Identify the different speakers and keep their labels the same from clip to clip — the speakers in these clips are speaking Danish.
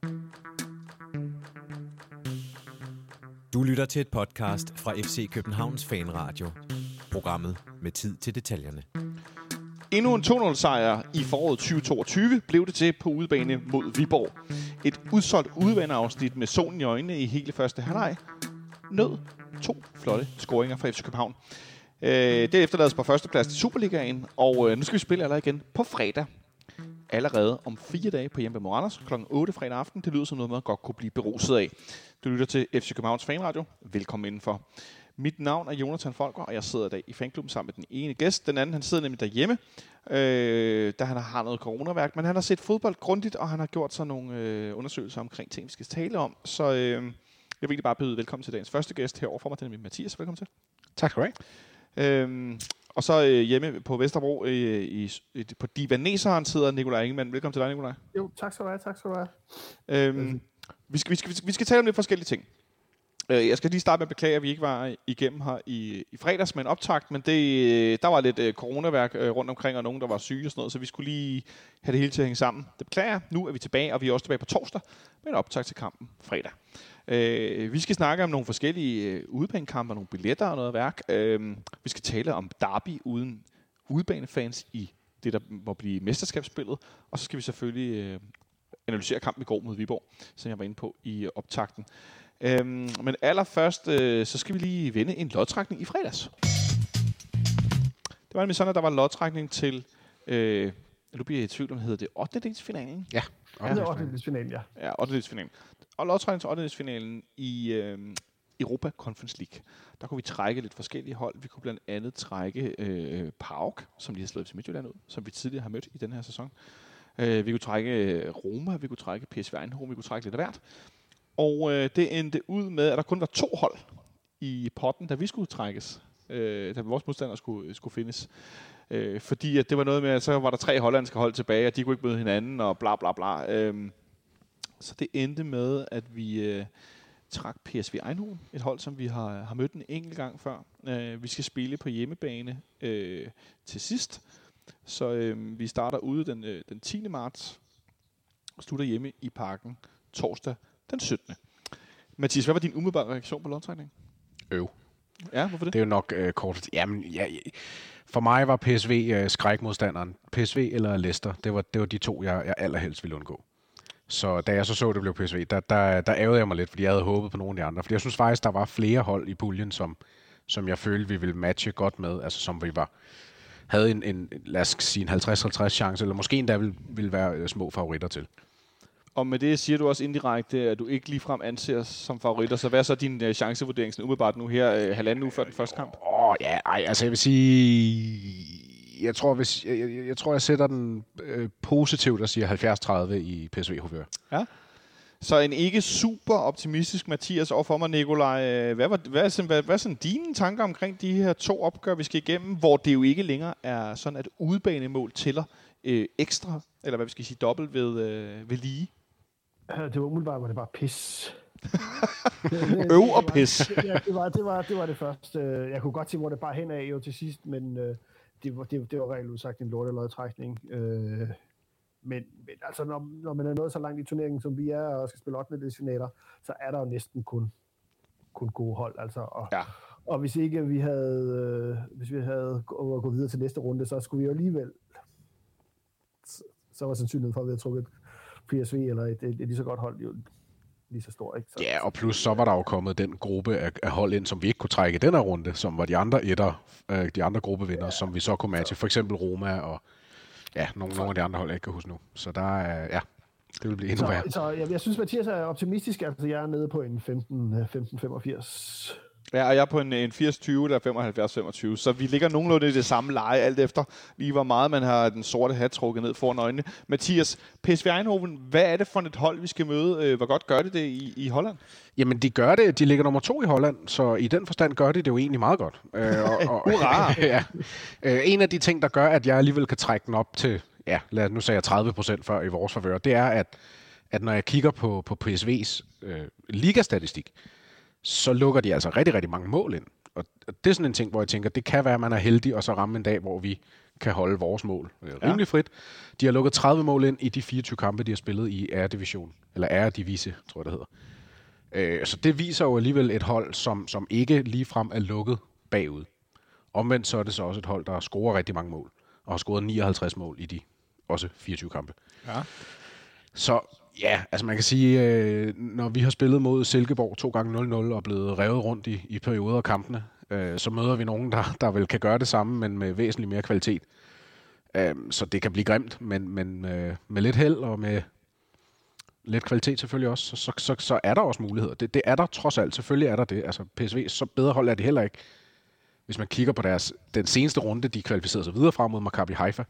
Speaker 1: Du lytter til et podcast fra FC Københavns Fanradio. Programmet med tid til detaljerne.
Speaker 2: Endnu en 2-0-sejr i foråret 2022 blev det til på udebane mod Viborg. Et udsolgt udebaneafsnit med solen i øjnene i hele første halvleg nød 2 flotte scoringer fra FC København. Det efterlades på førsteplads til Superligaen, og nu skal vi spille allerede igen på fredag. Allerede om 4 dage på hjemme mod Randers kl. 8 fredag aften. Det lyder som noget, man godt kunne blive beruset af. Du lytter til FC Københavns Fanradio. Velkommen indenfor. Mit navn er Jonathan Folker, og jeg sidder i dag i fanklubben sammen med den ene gæst. Den anden, han sidder nemlig derhjemme, da han har noget coronaværk. Men han har set fodbold grundigt, og han har gjort sig nogle undersøgelser omkring ting, vi skal tale om. Så jeg vil egentlig bare byde velkommen til dagens første gæst herovre for mig. Den er Mathias. Velkommen til.
Speaker 3: Tak skal du have.
Speaker 2: Og så hjemme på Vesterbro på Divaneseren sidder Nikolaj Ingemann. Velkommen til dig, Nikolaj.
Speaker 4: Jo, tak skal du have.
Speaker 2: Vi skal tale om lidt forskellige ting. Jeg skal lige starte med at beklage, at vi ikke var igennem her i fredags med en optakt, men der var lidt coronaværk rundt omkring, og nogen, der var syge og sådan noget, så vi skulle lige have det hele til at hænge sammen. Det beklager jeg. Nu er vi tilbage, og vi er også tilbage på torsdag med en optakt til kampen fredag. Vi skal snakke om nogle forskellige udebanekampe og nogle billetter og noget værk. Vi skal tale om derby uden udebanefans i det, der må blive mesterskabsspillet. Og så skal vi selvfølgelig analysere kampen i går mod Viborg, som jeg var inde på i optakten. Men allerførst, så skal vi lige vinde en lodtrækning i fredags. Det var nemlig sådan, at der var en lodtrækning til, nu bliver jeg i tvivl om, hedder det 8-delsfinalen?
Speaker 3: Ja,
Speaker 4: 8-delsfinalen, ja.
Speaker 2: Ja, 8-delsfinalen. Og lodtrækning til 8-delsfinalen i Europa Conference League. Der kunne vi trække lidt forskellige hold. Vi kunne blandt andet trække PAOK, som lige har slået til Midtjylland ud, som vi tidligere har mødt i den her sæson. Vi kunne trække Roma, vi kunne trække PSV Eindhoven, vi kunne trække lidt af hvert. Og det endte ud med, at der kun var 2 hold i potten, da vi skulle trækkes. Da vores modstandere skulle findes. Fordi at det var noget med, at så var der 3 hollandske hold tilbage, og de kunne ikke møde hinanden, og bla bla bla. Så det endte med, at vi trak PSV Eindhoven, et hold, som vi har mødt en enkelt gang før. Vi skal spille på hjemmebane til sidst. Så vi starter ude den 10. marts og slutter hjemme i Parken torsdag den 17. Mathias, hvad var din umiddelbare reaktion på lodtrækningen? Ja, hvorfor det?
Speaker 3: Det er jo nok kort. Jamen, for mig var PSV skrækmodstanderen. PSV eller Leicester, det var de 2, jeg allerhelst ville undgå. Så da jeg så det blev PSV, der ærgede jeg mig lidt, fordi jeg havde håbet på nogle af de andre. Fordi jeg synes faktisk, der var flere hold i puljen, som jeg følte, vi ville matche godt med. Altså som vi havde en lad os sige, en 50-50 chance, eller måske endda ville være små favoritter til.
Speaker 2: Og med det siger du også indirekte, at du ikke ligefrem anser som favoritter. Så hvad er så din chancevurdering umiddelbart nu her, halvanden uge før den første kamp?
Speaker 3: Altså jeg vil sige, jeg tror, jeg sætter den positivt og siger 70-30 i PSV-favør.
Speaker 2: Ja. Så en ikke super optimistisk Mathias overfor mig, Nikolaj. Hvad er sådan dine tanker omkring de her 2 opgør, vi skal igennem, hvor det jo ikke længere er sådan, at udebanemål tæller ekstra, eller hvad vi skal sige, dobbelt ved lige?
Speaker 4: Det var umiddelbart, var det bare pis.
Speaker 2: Og pis.
Speaker 4: Ja, det var det første. Jeg kunne godt se, hvor det bare hen af jo til sidst, men det var reelt udsagt en lortelodtrækning. Men altså, når man er nået så langt i turneringen, som vi er, og skal spille 8-delsfinaler, så er der jo næsten kun gode hold. Altså, og hvis ikke vi havde gået videre til næste runde, så skulle vi jo alligevel, så var sandsynligheden for, at vi havde trukket PSV eller et lige så godt hold jo lige så stor, ikke?
Speaker 3: Ja, og plus så var der jo kommet den gruppe af hold ind, som vi ikke kunne trække i den her runde, som var de andre gruppevindere, som vi så kunne matche. For eksempel Roma og nogle af de andre hold, jeg ikke kan huske nu. Så der er, det vil blive endnu værre.
Speaker 4: Så jeg synes, Mathias er optimistisk. Altså, jeg er nede på en 15-85.
Speaker 2: Ja, og jeg er på en 80-20, der er 75-25. Så vi ligger nogenlunde i det samme leje, alt efter lige hvor meget man har den sorte hat trukket ned foran øjnene. Mathias, PSV Eindhoven, hvad er det for et hold, vi skal møde? Hvor godt gør det i Holland?
Speaker 3: Jamen, de gør det. De ligger nummer 2 i Holland, så i den forstand gør de det jo egentlig meget godt.
Speaker 2: Hurra!
Speaker 3: Ja. En af de ting, der gør, at jeg alligevel kan trække den op til, nu sagde jeg 30% før i vores favør, det er, at når jeg kigger på PSV's ligastatistik, så lukker de altså rigtig, rigtig mange mål ind Og det er sådan en ting, hvor jeg tænker, det kan være, at man er heldig, og så ramme en dag, hvor vi kan holde vores mål rimelig frit. De har lukket 30 mål ind i de 24 kampe, de har spillet i R-division, eller R-divise, tror jeg, det hedder. Så det viser jo alligevel et hold, som ikke ligefrem er lukket bagud. Omvendt så er det så også et hold, der scorer rigtig mange mål, og har scoret 59 mål i de også 24 kampe. Ja. Så ja, altså man kan sige, når vi har spillet mod Silkeborg 2 gange 0-0 og blevet revet rundt i perioder af kampene, så møder vi nogen, der vel kan gøre det samme, men med væsentligt mere kvalitet. Så det kan blive grimt, men med lidt held og med lidt kvalitet selvfølgelig også, så er der også muligheder. Det er der trods alt. Selvfølgelig er der det. Altså PSV, så bedre hold er det heller ikke. Hvis man kigger på den seneste runde, de kvalificerede sig videre frem mod Maccabi Haifa,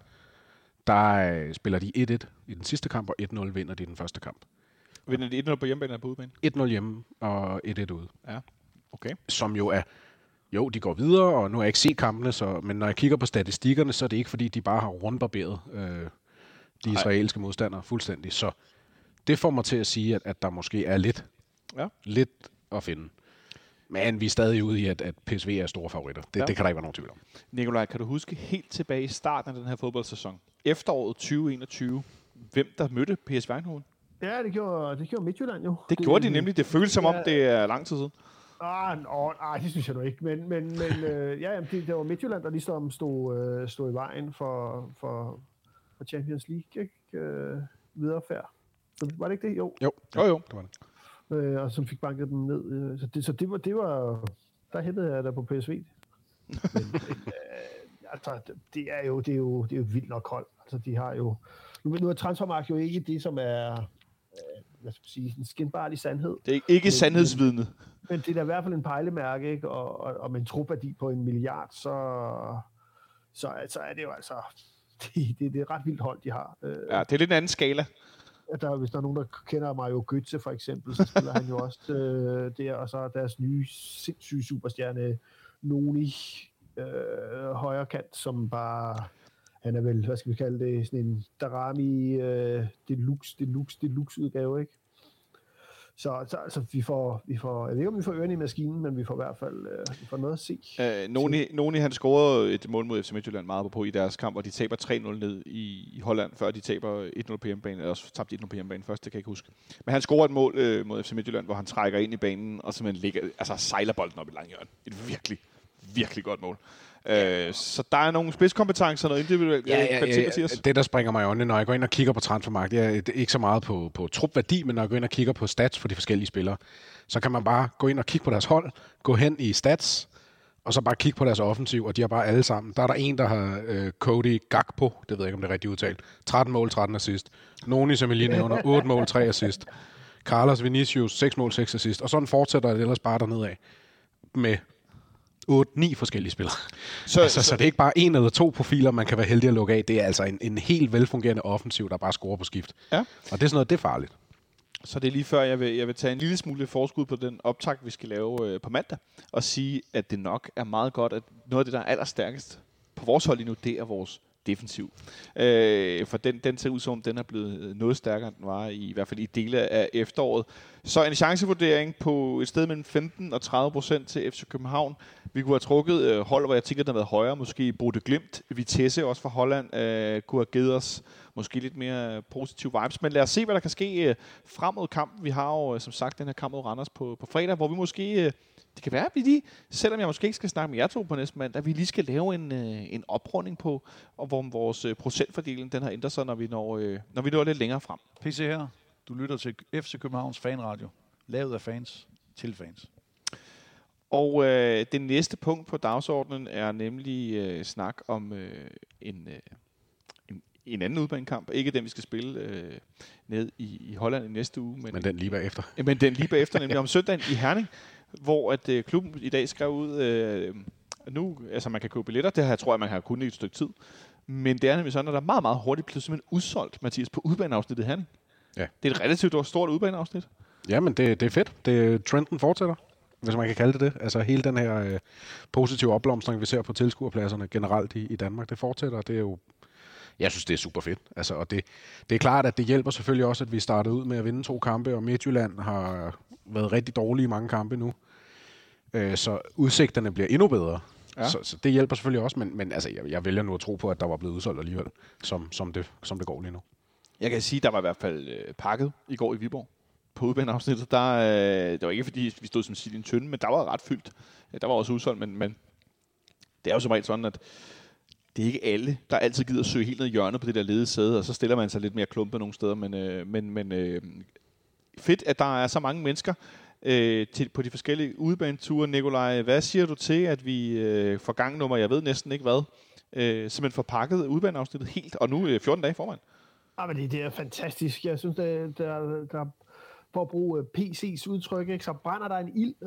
Speaker 3: der spiller de 1-1 i den sidste kamp, og 1-0 vinder de den første kamp.
Speaker 2: Vinder de 1-0 på hjemmebane eller på udebane?
Speaker 3: 1-0 hjemme og 1-1 ude.
Speaker 2: Ja, okay.
Speaker 3: Som jo er... Jo, de går videre, og nu har jeg ikke set kampene, men når jeg kigger på statistikkerne, så er det ikke, fordi de bare har rundbarberet de israelske modstandere fuldstændig. Så det får mig til at sige, at der måske er lidt at finde. Men vi er stadig ude i, at PSV er store favoritter. Det kan der ikke være nogen tvivl om.
Speaker 2: Nikolaj, kan du huske helt tilbage i starten af den her fodboldsæson, efteråret 2021, hvem der mødte PSV Eindhoven?
Speaker 4: Ja, det gjorde Midtjylland jo.
Speaker 2: Det gjorde de nemlig. Det føles som om, det er lang tid siden.
Speaker 4: Det synes jeg nu ikke. Men det var Midtjylland, der ligesom stod i vejen for Champions League, ikke? Viderefærd. Så var det ikke det? Jo.
Speaker 3: Jo, det var det.
Speaker 4: Og som fik banket dem ned. Så det var der hættede jeg der på PSV. Men altså, det er jo et vildt nok hold. Altså, de har jo... Nu er Transfermarkt jo ikke det, som er... hvad skal man sige, en skinbarlig sandhed.
Speaker 2: Det er ikke sandhedsvidnet.
Speaker 4: Men det er da i hvert fald en pejlemærke, ikke? Og med en trupværdi på 1 milliard, så er det jo altså... Det er et ret vildt hold, de har.
Speaker 2: Ja, det er lidt en anden skala.
Speaker 4: Hvis der er nogen, der kender Mario Götze for eksempel, så spiller han jo også der, og så er deres nye sindssyge superstjerne Noni højrekant, som bare... Han er vel, hvad skal vi kalde det, sådan en Darami deluxe udgave, ikke? Så vi får, jeg ved ikke, om vi får ørerne i maskinen, men vi får i hvert fald vi får noget at se.
Speaker 2: Noni han scorede et mål mod FC Midtjylland meget på i deres kamp, og de taber 3-0 ned i Holland, før de taber 1-0 på hjemmebane, eller også tabte 1-0 på hjemmebane først, det kan jeg ikke huske. Men han scorer et mål mod FC Midtjylland, hvor han trækker ind i banen, og simpelthen sejler bolden op i langhjørnet. Et virkelig, virkelig godt mål. Så der er nogle spidskompetencer, noget individuelt kvalitet.
Speaker 3: Det, der springer mig i øjnene, når jeg går ind og kigger på transfermarkedet, det er ikke så meget på trupværdi, men når jeg går ind og kigger på stats for de forskellige spillere, så kan man bare gå ind og kigge på deres hold, gå hen i stats, og så bare kigge på deres offensiv, og de har bare alle sammen. Der er der en, der har Cody Gakpo, det ved jeg ikke, om det er rigtigt udtalt, 13 mål, 13 assist. Noni, som jeg lige nævner, 8 mål, 3 assist. Carlos Vinicius, 6 mål, 6 assist. Og sådan fortsætter det ellers bare dernede af med 8-9 forskellige spillere. Så det er ikke bare en eller to profiler, man kan være heldig at lukke af. Det er altså en helt velfungerende offensiv, der bare scorer på skift. Ja. Og det er sådan noget, det er farligt.
Speaker 2: Så det er lige før, jeg vil tage en lille smule forskud på den optakt, vi skal lave på mandag, og sige, at det nok er meget godt, at noget af det, der er allerstærkest på vores hold lige nu, det er vores defensiv. For den ser ud som, den er blevet noget stærkere, end den var i hvert fald i dele af efteråret. Så en chancevurdering på et sted mellem 15 og 30% til FC København. Vi kunne have trukket hold, hvor jeg tænker, den har været højere. Måske Bodø Glimt, Vitesse også fra Holland, kunne have givet os måske lidt mere positive vibes. Men lad os se, hvad der kan ske frem mod kampen. Vi har jo, som sagt, den her kamp mod Randers på fredag, hvor vi måske... Det kan være, at vi lige, selvom jeg måske ikke skal snakke med jer to på næste mandag, at vi lige skal lave en oprunding på, og hvor vores procentfordeling den har ændret sig, når vi når lidt længere frem.
Speaker 5: PC her. Du lytter til FC Københavns Fanradio. Lavet af fans til fans.
Speaker 2: Og det næste punkt på dagsordenen er nemlig snak om en anden udbanekamp. Ikke den, vi skal spille ned i Holland i næste uge.
Speaker 3: Men den lige bagefter.
Speaker 2: Men den lige bagefter, nemlig om søndagen i Herning, hvor at klubben i dag skrev ud, nu, altså man kan købe billetter, det her tror jeg, man har kunnet i et stykke tid. Men det er nemlig sådan, at der er meget, meget hurtigt blevet simpelthen udsolgt, Mathias, på udbaneafsnittet i Herning. Ja. Det er et relativt stort udbaneafsnit.
Speaker 3: Jamen, det er fedt. Trenden fortsætter, hvis man kan kalde det. Altså hele den her positive opblomstring, vi ser på tilskuerpladserne generelt i Danmark, det fortsætter. Det er jo, jeg synes, det er super fedt. Altså, og det er klart, at det hjælper selvfølgelig også, at vi startede ud med at vinde 2 kampe, og Midtjylland har været rigtig dårlige i mange kampe nu. så udsigterne bliver endnu bedre.
Speaker 2: Ja.
Speaker 3: Så det hjælper selvfølgelig også, men altså, jeg vælger nu at tro på, at der var blevet udsolgt alligevel, som det går lige nu.
Speaker 2: Jeg kan sige, at der var i hvert fald pakket i går i Viborg på udbaneafsnittet. Det var ikke, fordi vi stod som sild i en tynde, men der var ret fyldt. Der var også udsolgt, men det er jo som regel sådan, at det er ikke alle, der altid gider at søge helt ned i hjørnet på det der ledige sæde, og så stiller man sig lidt mere klumpet nogle steder. Men fedt, at der er så mange mennesker på de forskellige udebaneture. Nikolaj, hvad siger du til, at vi får gang nummer, jeg ved næsten ikke hvad, simpelthen får pakket udebaneafsnittet helt, og nu 14 dage foran?
Speaker 4: Ja, men det er fantastisk. Jeg synes, der for at bruge PC's udtryk, ikke, så brænder der en ild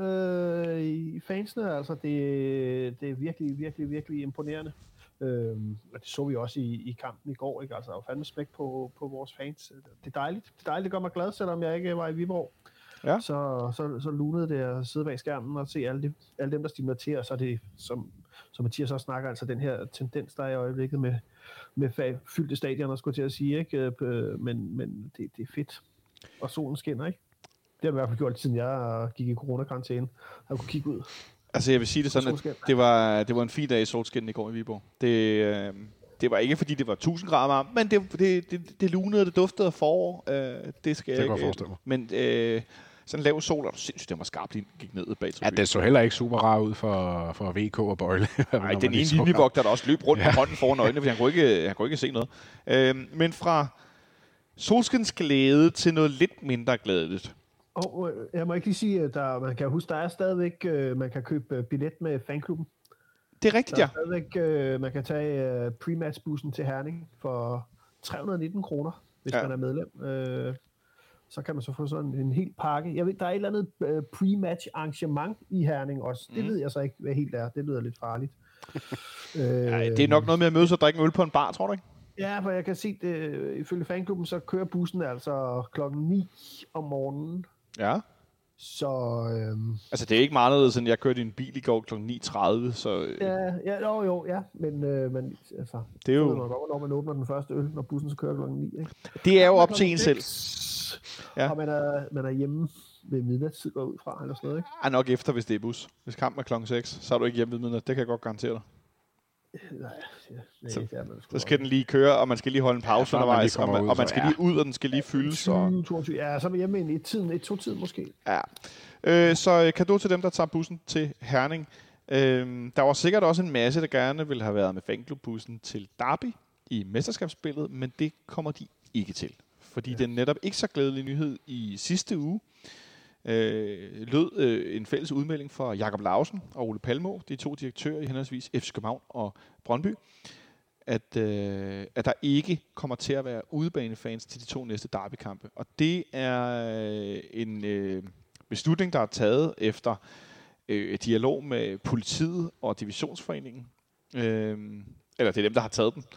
Speaker 4: i fansene. Altså, det er virkelig, virkelig, virkelig imponerende. Og det så vi også i kampen i går. Ikke? Altså, der var fandme smæk på vores fans. Det er dejligt. Det er dejligt, det gør mig glad, selvom jeg ikke var i Viborg. Ja. Så lunede det at sidde bag skærmen og se alle dem, der stimulerer til. Og så er det, som Mathias også snakker, altså den her tendens, der er i øjeblikket med fyldte stadioner, skulle jeg til at sige. Ikke? Men det er fedt. Og solen skinner, ikke? Det har jeg i hvert fald gjort, siden jeg gik i coronakarantæne. Jeg kunne kigge ud.
Speaker 2: Altså, jeg vil sige det sådan, at det var en fin dag i solskin i går i Viborg. Det var ikke, fordi det var 1000 grader varmt, men det lunede, det duftede af forår. Det skal jeg
Speaker 3: ikke
Speaker 2: forestille mig. Men sådan en lav sol, og du sindssygt, den var skarpt, gik ned bag.
Speaker 3: Ja, det så heller ikke super rar ud for VK og Bøjle.
Speaker 2: Nej, den ene linjevogter, der også løb rundt med hånden foran øjnene, fordi han kunne ikke se noget. Men fra solskins glæde til noget lidt mindre glædeligt.
Speaker 4: Og jeg må ikke lige sige, at man kan huske, der er stadigvæk, man kan købe billet med fanklubben.
Speaker 2: Det er rigtigt, ja.
Speaker 4: Stadigvæk, man kan tage pre-match-bussen til Herning for 319 kroner, hvis man er medlem. Så kan man så få sådan en hel pakke. Jeg ved, der er et eller andet pre-match arrangement i Herning også. Det ved jeg så ikke, hvad helt er. Det lyder lidt farligt.
Speaker 2: Det er nok noget med at mødes og drikke en øl på en bar, tror du ikke?
Speaker 4: Ja, for jeg kan se, det, ifølge fanklubben, så kører bussen altså 9:00 om morgenen.
Speaker 2: Ja.
Speaker 4: Så...
Speaker 2: Altså, det er ikke meget anderledes, end jeg kørte i en bil i går kl. 9:30, så...
Speaker 4: Ja, men altså...
Speaker 2: Det er jo...
Speaker 4: Så ved man godt, hvornår man åbner den første øl, når bussen så kører kl. 9, ikke?
Speaker 2: Det er jo op til en selv.
Speaker 4: Ja. Og man er hjemme ved midnatstid, går ud fra, eller sådan noget, ikke?
Speaker 2: Ja, nok efter, hvis det er bus. Hvis kampen er kl. 6, så er du ikke hjemme ved midnat. Det kan jeg godt garantere dig. Så skal den lige køre, og man skal lige holde en pause undervejs, og man skal lige ud, og den skal lige fyldes.
Speaker 4: 22. Ja, så er vi hjemme i 1-2-tid måske.
Speaker 2: Ja. Så cadeau til dem, der tager bussen til Herning. Der var sikkert også en masse, der gerne ville have været med fanklubbussen til Derby i mesterskabsspillet, men det kommer de ikke til. Fordi det er netop ikke så glædelig nyhed i sidste uge. Lød en fælles udmelding fra Jakob Lausen og Ole Palmo, de to direktører i henholdsvis FC København og Brøndby, at der ikke kommer til at være udebanefans til de to næste derbykampe. Og det er en beslutning, der er taget efter dialog med politiet og divisionsforeningen. Eller det er dem, der har taget den.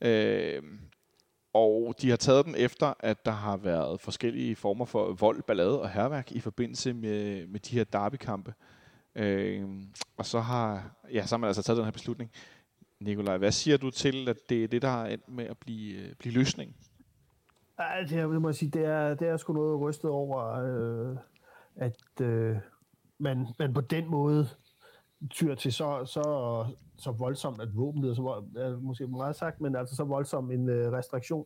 Speaker 2: Og de har taget den efter, at der har været forskellige former for vold, ballade og hærværk i forbindelse med de her derbykampe. Og så har man altså taget den her beslutning. Nikolaj, hvad siger du til, at det er det, der har endt med at blive løsningen?
Speaker 4: Jeg må sige, det er sgu noget rystet over, at man på den måde tyr til så voldsomt, at våben lyder så måske meget sagt, men altså så voldsom en restriktion.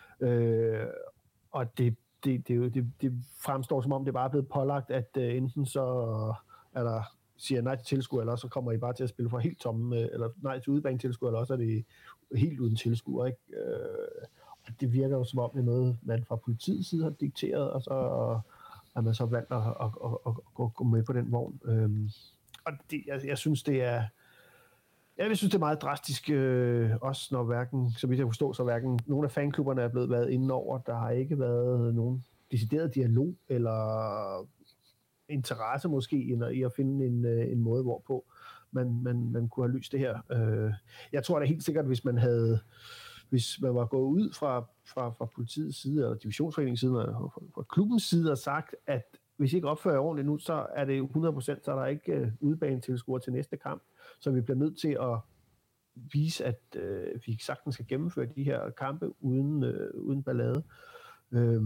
Speaker 4: Og det fremstår som om, det bare er blevet pålagt, at enten så er der siger nej til tilskuer, eller så kommer I bare til at spille for helt tomme, eller nej til udbanetilskuer, eller også er det helt uden tilskuer, ikke? Og det virker jo som om, det er noget, man fra politiets side har dikteret, og så er man så valgt at gå med på den vogn. Og jeg synes, det er... Jeg synes, det er meget drastisk, også når hverken, så vidt jeg forstår, så hverken nogle af fanklubberne er blevet været inde over. Der har ikke været nogen decideret dialog eller interesse måske i at finde en måde, hvorpå man kunne have løst det her. Jeg tror da helt sikkert, hvis man var gået ud fra politiets side, eller divisionsforeningens side, eller fra klubbens side, og sagt, at hvis I ikke opfører ordentligt nu, så er det 100%, så er der ikke udebanetilskuere til næste kamp. Så vi bliver nødt til at vise, at vi sagtens skal gennemføre de her kampe uden ballade.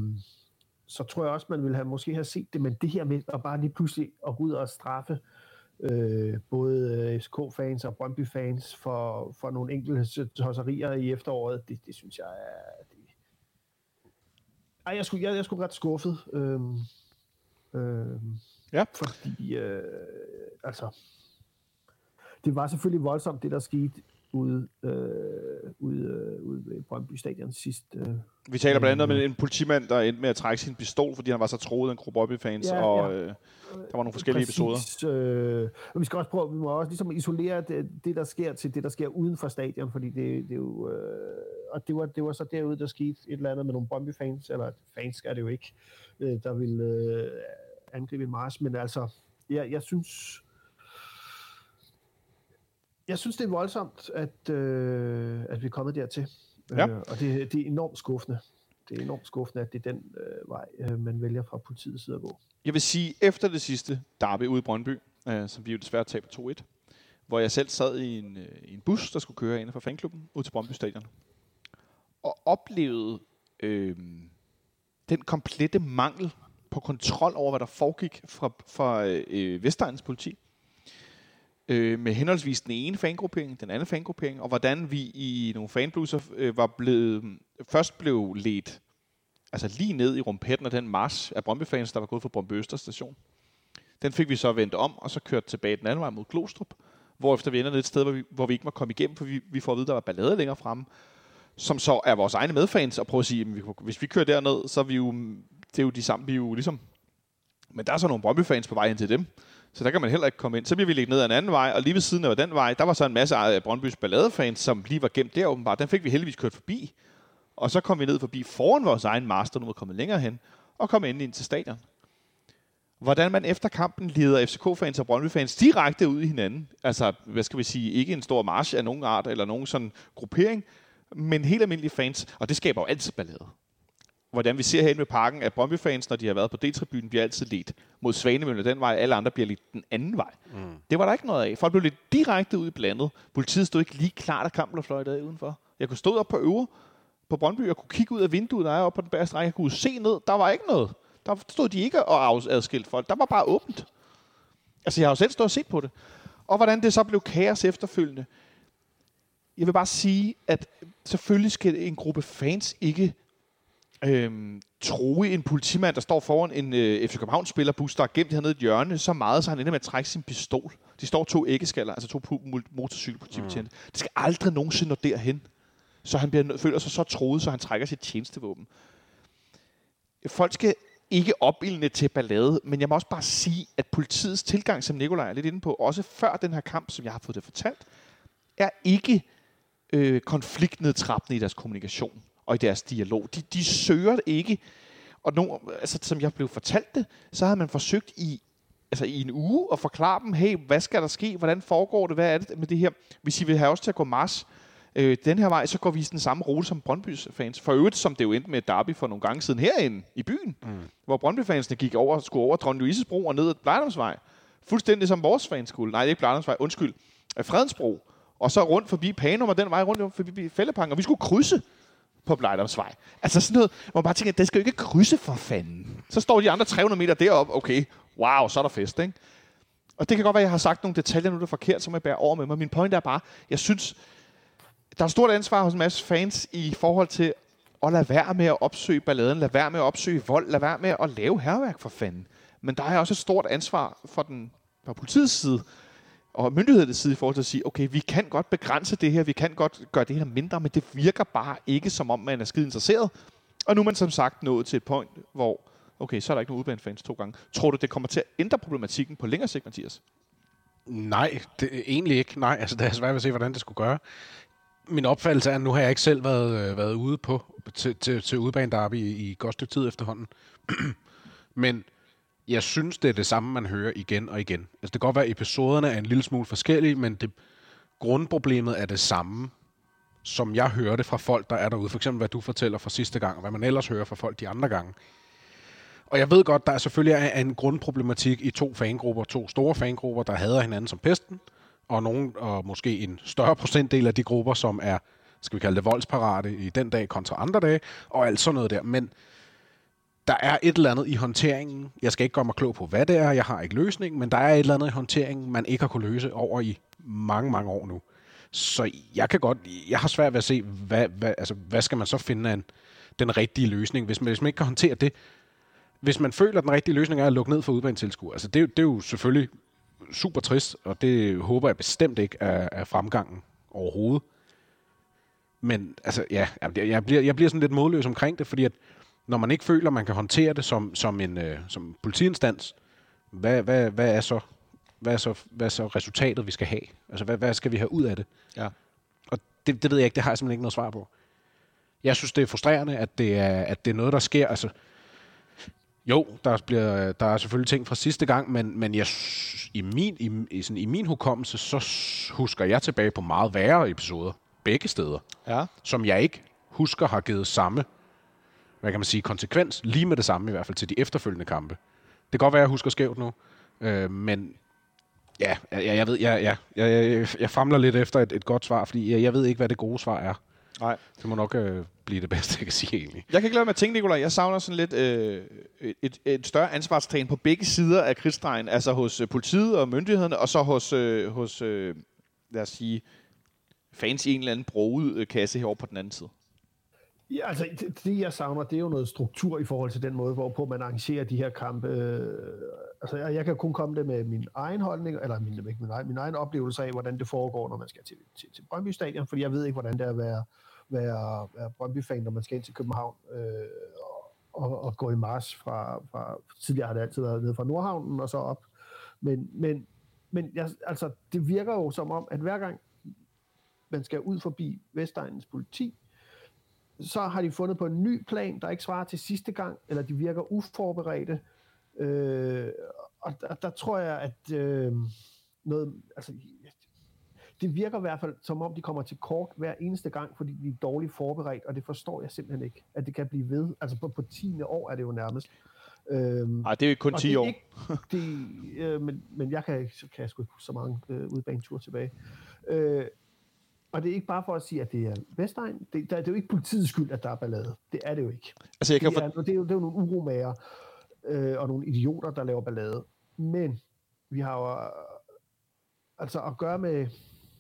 Speaker 4: Så tror jeg også, man ville måske have set det, men det her med at bare lige pludselig at gå ud og straffe både FCK-fans og Brøndby-fans for nogle enkelte tosserier i efteråret. Det synes jeg er... Jeg skulle ret skuffet.
Speaker 2: Ja.
Speaker 4: Fordi, det var selvfølgelig voldsomt, det der skete ude ved Brøndby Stadion sidst.
Speaker 2: Vi taler blandt andet om en politimand, der endte med at trække sin pistol, fordi han var så troet af en gruppe Brøndby-fans, der var nogle forskellige episoder.
Speaker 4: Og vi må også ligesom isolere det, der sker, til det, der sker uden for stadion, fordi det er jo... og det var så derude, der skete et eller andet med nogle Brøndby-fans, eller fans er det jo ikke, der ville angribe en march, men altså, jeg synes, det er voldsomt, at vi er kommet dertil.
Speaker 2: Ja.
Speaker 4: Og det er enormt skuffende. Det er enormt skuffende, at det er den vej, man vælger fra politiets side at gå.
Speaker 2: Jeg vil sige, efter det sidste derby ude i Brøndby, som vi jo desværre taber 2-1, hvor jeg selv sad i en bus, der skulle køre ind fra fanklubben ud til Brøndby Stadion, og oplevede den komplette mangel på kontrol over, hvad der foregik fra Vestegnens politi. Med henholdsvis den ene fangruppering, den anden fangruppering, og hvordan vi i nogle fanblusser først blev ledt altså lige ned i rumpetten af den march af Brøndby-fans, der var gået fra Brøndby Øster station. Den fik vi så vendt om, og så kørt tilbage den anden vej mod Glostrup, hvorefter vi ender ned et sted, hvor vi ikke må komme igennem, for vi får at vide, der var ballade længere fremme, som så er vores egne medfans, og prøve at sige, hvis vi kører derned, så er vi jo, det er jo de samme, vi er jo ligesom... Men der er så nogle Brøndby-fans på vej ind til dem, så der kan man heller ikke komme ind. Så bliver vi lægget ned ad en anden vej, og lige ved siden af den vej, der var så en masse af Brøndbys balladefans, som lige var gemt der åbenbart. Den fik vi heldigvis kørt forbi. Og så kom vi ned forbi foran vores egen master, nu var kommet længere hen, og kom ind til stadion. Hvordan man efter kampen leder FCK-fans og Brøndby-fans direkte ud i hinanden. Altså, hvad skal vi sige, ikke en stor march af nogen art, eller nogen sådan gruppering, men helt almindelige fans, og det skaber jo altid ballade. Hvordan vi ser herinde med parken, at Brøndby-fans, når de har været på D-tribunen, bliver altid ledt mod Svanemøllen den vej, alle andre bliver ledt den anden vej. Det var der ikke noget af. Folk blev lidt direkte ud i blandet. Politiet stod ikke lige klart, at kampen blev fløjtet af udenfor. Jeg kunne stå op på øvre på Brøndby, og kunne kigge ud af vinduet, der er oppe på den bagerste række. Jeg kunne se ned, der var ikke noget. Der stod de ikke og adskilt folk. Der var bare åbent. Altså, jeg har jo selv stået og set på det. Og hvordan det så blev kaos efterfølgende. Jeg vil bare sige, at selvfølgelig skal en gruppe fans ikke true en politimand, der står foran en FC København-spillerbus, der er gemt hernede i et hjørne, så meget, så han ender med at trække sin pistol. De står 2 æggeskaller, altså 2 motorcykelpolitibetjente. Det skal aldrig nogensinde nå derhen. Så han føler sig så truet, så han trækker sit tjenestevåben. Folk skal ikke opildne til ballade, men jeg må også bare sige, at politiets tilgang, som Nikolaj er lidt inde på, også før den her kamp, som jeg har fået det fortalt, er ikke konfliktnedtrappende i deres kommunikation og i deres dialog. De søger det ikke. Og altså, som jeg blev fortalt det, så har man forsøgt i en uge at forklare dem, hey, hvad skal der ske? Hvordan foregår det? Hvad er det med det her? Hvis I vil have os til at gå march den her vej, så går vi i den samme rute som Brøndbys fans. For øvrigt, som det jo endte med et derby for nogle gange siden herinde i byen, hvor Brøndby-fansene skulle over Dronning Louises Bro og ned ad Blejdomsvej. Fuldstændig som vores fans skulle. Nej, det er ikke Blejdomsvej, undskyld. Fredensbro. Og så rundt forbi Panum og den vej rundt forbi Fællepang. Og vi skulle krydse på Blejdomsvej. Altså sådan noget, hvor man bare tænker, det skal jo ikke krydse for fanden. Så står de andre 300 meter deroppe. Okay, wow, så er der fest, ikke? Og det kan godt være, at jeg har sagt nogle detaljer nu, der er forkert, som jeg bærer over med mig. Min point er bare, jeg synes, der er stort ansvar hos en masse fans i forhold til at lade være med at opsøge balladen, lade være med at opsøge vold, lade være med at lave hærværk for fanden. Men der er også et stort ansvar fra politiets side og myndighedernes side i forhold til at sige, okay, vi kan godt begrænse det her, vi kan godt gøre det her mindre, men det virker bare ikke, som om man er skide interesseret. Og nu er man som sagt nået til et point, hvor, okay, så er der ikke nogen udbanefans 2 gange. Tror du, det kommer til at ændre problematikken på længere sigt, Mathias?
Speaker 3: Nej, egentlig ikke. Nej, altså det er svært at se, hvordan det skulle gøre. Min opfattelse er, at nu har jeg ikke selv været ude til udebanederby i godt stykke tid efterhånden. Men jeg synes, det er det samme, man hører igen og igen. Altså, det kan godt være, at episoderne er en lille smule forskellige, men grundproblemet er det samme, som jeg hørte fra folk, der er derude. For eksempel, hvad du fortæller fra sidste gang, og hvad man ellers hører fra folk de andre gange. Og jeg ved godt, der er selvfølgelig en grundproblematik i 2 store fangrupper, der hader hinanden som pesten, og måske en større procentdel af de grupper, som er, skal vi kalde det, voldsparate i den dag kontra andre dage, og alt sådan noget der. Men der er et eller andet i håndteringen. Jeg skal ikke gøre mig klog på, hvad det er. Jeg har ikke løsningen, men der er et eller andet i håndteringen, man ikke har kunne løse over i mange, mange år nu. Så jeg har svært ved at se, hvad skal man så finde af den rigtige løsning, hvis man ikke kan håndtere det. Hvis man føler, at den rigtige løsning er at lukke ned for udbanetilskuere, altså det er jo selvfølgelig super trist, og det håber jeg bestemt ikke er fremgangen overhovedet. Men altså, ja, jeg bliver sådan lidt modløs omkring det, fordi at når man ikke føler, at man kan håndtere det som politiinstans, hvad er så resultatet, vi skal have? Altså, hvad skal vi have ud af det? Ja. Og det ved jeg ikke, det har jeg simpelthen ikke noget svar på. Jeg synes, det er frustrerende, at det er noget, der sker. Altså, jo, der er selvfølgelig ting fra sidste gang, men i min hukommelse, så husker jeg tilbage på meget værre episoder, begge steder, som jeg ikke husker har givet samme, hvad kan man sige, konsekvens, lige med det samme i hvert fald til de efterfølgende kampe. Det kan godt være, jeg husker skævt nu, men ja, jeg ved, jeg famler lidt efter et godt svar, fordi jeg ved ikke, hvad det gode svar er. Nej. Det må nok blive det bedste, jeg kan sige egentlig.
Speaker 2: Jeg kan ikke lade med at tænke, Nikolaj, jeg savner sådan lidt et større ansvarstagen på begge sider af krigsstregen, altså hos politiet og myndighederne, og så hos lad os sige, fans i en eller anden broget kasse herovre på den anden side.
Speaker 4: Ja, altså det jeg savner, det er jo noget struktur i forhold til den måde, hvorpå man arrangerer de her kampe. Altså jeg kan kun komme det med min egen holdning, eller min egen oplevelse af, hvordan det foregår, når man skal til Brøndby Stadion, fordi jeg ved ikke, hvordan det er at være Brøndby-fan, når man skal ind til København og gå i march fra tidligere har det altid været nede fra Nordhavnen og så op. Men altså det virker jo som om, at hver gang man skal ud forbi Vestegnens politi, så har de fundet på en ny plan, der ikke svarer til sidste gang, eller de virker uforberedte. Og der tror jeg, at noget, altså, det virker i hvert fald, som om de kommer til kort hver eneste gang, fordi de er dårligt forberedt, og det forstår jeg simpelthen ikke, at det kan blive ved. Altså på 10. år er det jo nærmest.
Speaker 2: Nej, det er jo ikke kun 10 år.
Speaker 4: Men jeg kan sgu ikke huske så mange udbaneture tilbage. Og det er ikke bare for at sige, at det er Vestegn. Det er jo ikke politiets skyld, at der er ballade. Det er det jo ikke. Altså, det er jo nogle uromager og nogle idioter, der laver ballade. Men vi har jo altså at gøre med...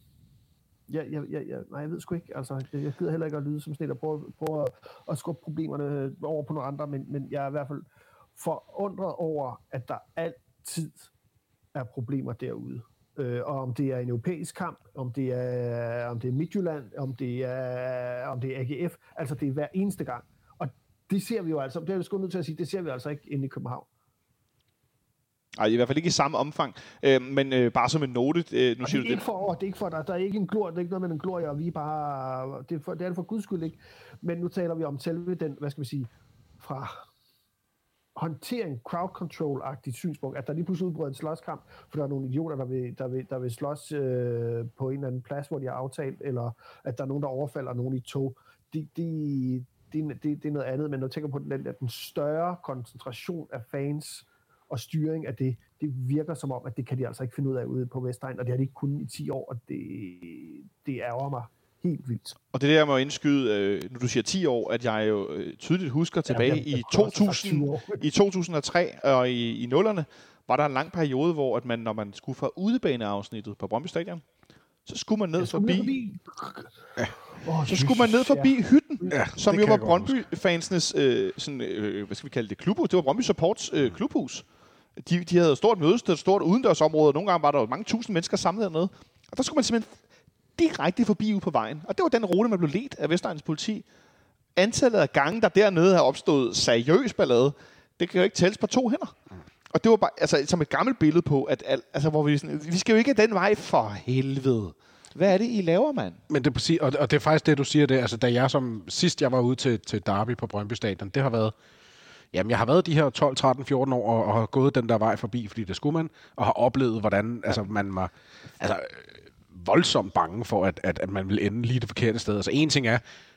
Speaker 4: Nej, jeg ved sgu ikke. Altså, jeg gider heller ikke at lyde som sådan et, og prøve at skubbe problemerne over på nogle andre, men jeg er i hvert fald forundret over, at der altid er problemer derude. Og om det er en europæisk kamp, om det er Midtjylland, om det er AGF, altså det er hver eneste gang. Og det ser vi jo altså, det er jeg sgu nødt til at sige, det ser vi altså ikke inde i København.
Speaker 2: Nej, i hvert fald ikke i samme omfang, men bare som en note. Nu siger
Speaker 4: det er ikke for, der er ikke en glor, det er ikke noget med en glorie, og vi bare, det er det for guds skyld ikke. Men nu taler vi om selve den, hvad skal vi sige, fra håndtering, crowd control-agtigt synspunkt, at der lige pludselig udbryder en slåskamp, for der er nogle idioter, der vil slås på en eller anden plads, hvor de har aftalt, eller at der er nogen, der overfalder nogen i tog. Det er noget andet, men når jeg tænker på den større koncentration af fans og styring af det virker som om, at det kan de altså ikke finde ud af ude på Vestegn, og det har de ikke kunnet i 10 år, og det ærger mig helt vildt.
Speaker 2: Og det der, jeg må indskyde, når du siger 10 år, at jeg jo tydeligt husker tilbage i 2003 og i 0'erne, var der en lang periode, hvor at man, når man skulle fra udebaneafsnittet på Brøndby Stadion, så skulle man ned forbi forbi hytten, som jo var Brøndby-fansenes hvad skal vi kalde det, klubhus. Det var Brøndby Supports klubhus. De havde et stort mødested, et stort udendørsområde, og nogle gange var der jo mange tusind mennesker samlet dernede. Og der skulle man simpelthen direkte forbi ude på vejen. Og det var den rute, man blev ledt af Vestegnens politi. Antallet af gange, der dernede har opstået seriøs ballade, det kan jo ikke tælles på 2 hænder. Og det var bare altså, som et gammelt billede på, at altså, hvor vi skal jo ikke den vej for helvede. Hvad er det, I laver, mand?
Speaker 3: Men det er præcis, og det er faktisk det, du siger, det. Altså, da jeg sidst jeg var ude til Derby på Brøndby Stadion, det har været... Jamen, jeg har været de her 12, 13, 14 år og har gået den der vej forbi, fordi det skulle man, og har oplevet, hvordan man var voldsomt bange for, at man ville ende lige det forkerte sted. Altså, en ting er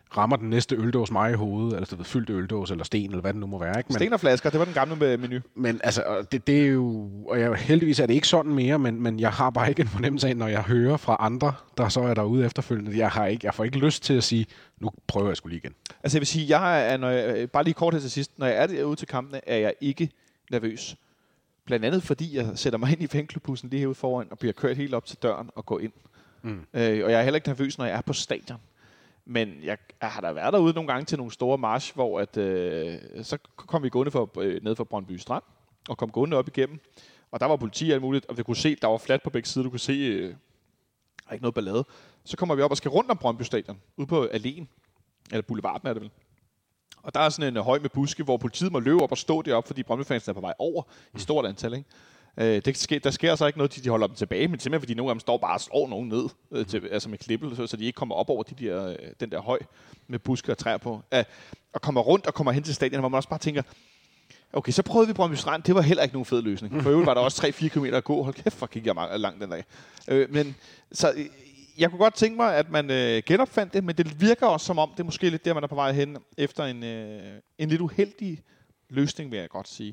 Speaker 3: rammer den næste øldås mig i hovedet, altså det fyldte øldås eller sten, eller hvad det nu må være. Ikke?
Speaker 2: Sten og flasker, det var den gamle menu.
Speaker 3: Men altså, det er jo, og heldigvis er det ikke sådan mere, men jeg har bare ikke en fornemmelse af, når jeg hører fra andre, der så er derude efterfølgende, jeg får ikke lyst til at sige, nu prøver jeg sgu lige igen.
Speaker 2: Altså jeg vil sige, bare lige kort her til sidst, når jeg er derude til kampene, er jeg ikke nervøs. Blandt andet fordi jeg sætter mig ind i fanklubbussen lige herude foran, og bliver kørt helt op til døren og går ind. Og jeg er heller ikke nervøs, når jeg er på stadion. Men jeg har da været derude nogle gange til nogle store march, hvor så kom vi gående ned fra Brøndby Strand, og kom gående op igennem. Og der var politi og alt muligt, og vi kunne se, der var fladt på begge sider, du kunne se, der er ikke noget ballade. Så kommer vi op og skal rundt om Brøndby Stadion, ude på Alléen, eller Boulevarden er det vel. Og der er sådan en høj med buske, hvor politiet må løbe op og stå deroppe, fordi Brøndby-fansene er på vej over i stort antal, ikke? Der sker så ikke noget, de holder dem tilbage, men simpelthen fordi nogle af dem står bare og slår nogen ned, altså med klippel, så de ikke kommer op over den der høj med buske og træer på. Og kommer rundt og kommer hen til stadion, hvor man også bare tænker, okay, så prøvede vi Brøndby Strand, det var heller ikke nogen fed løsning. For øvrigt var der også 3-4 km at gå, hold kæft, for gik jeg langt den dag. Men så jeg kunne godt tænke mig, at man genopfandt det, men det virker også som om, det er måske lidt der, man er på vej hen, efter en lidt uheldig løsning, vil jeg godt sige.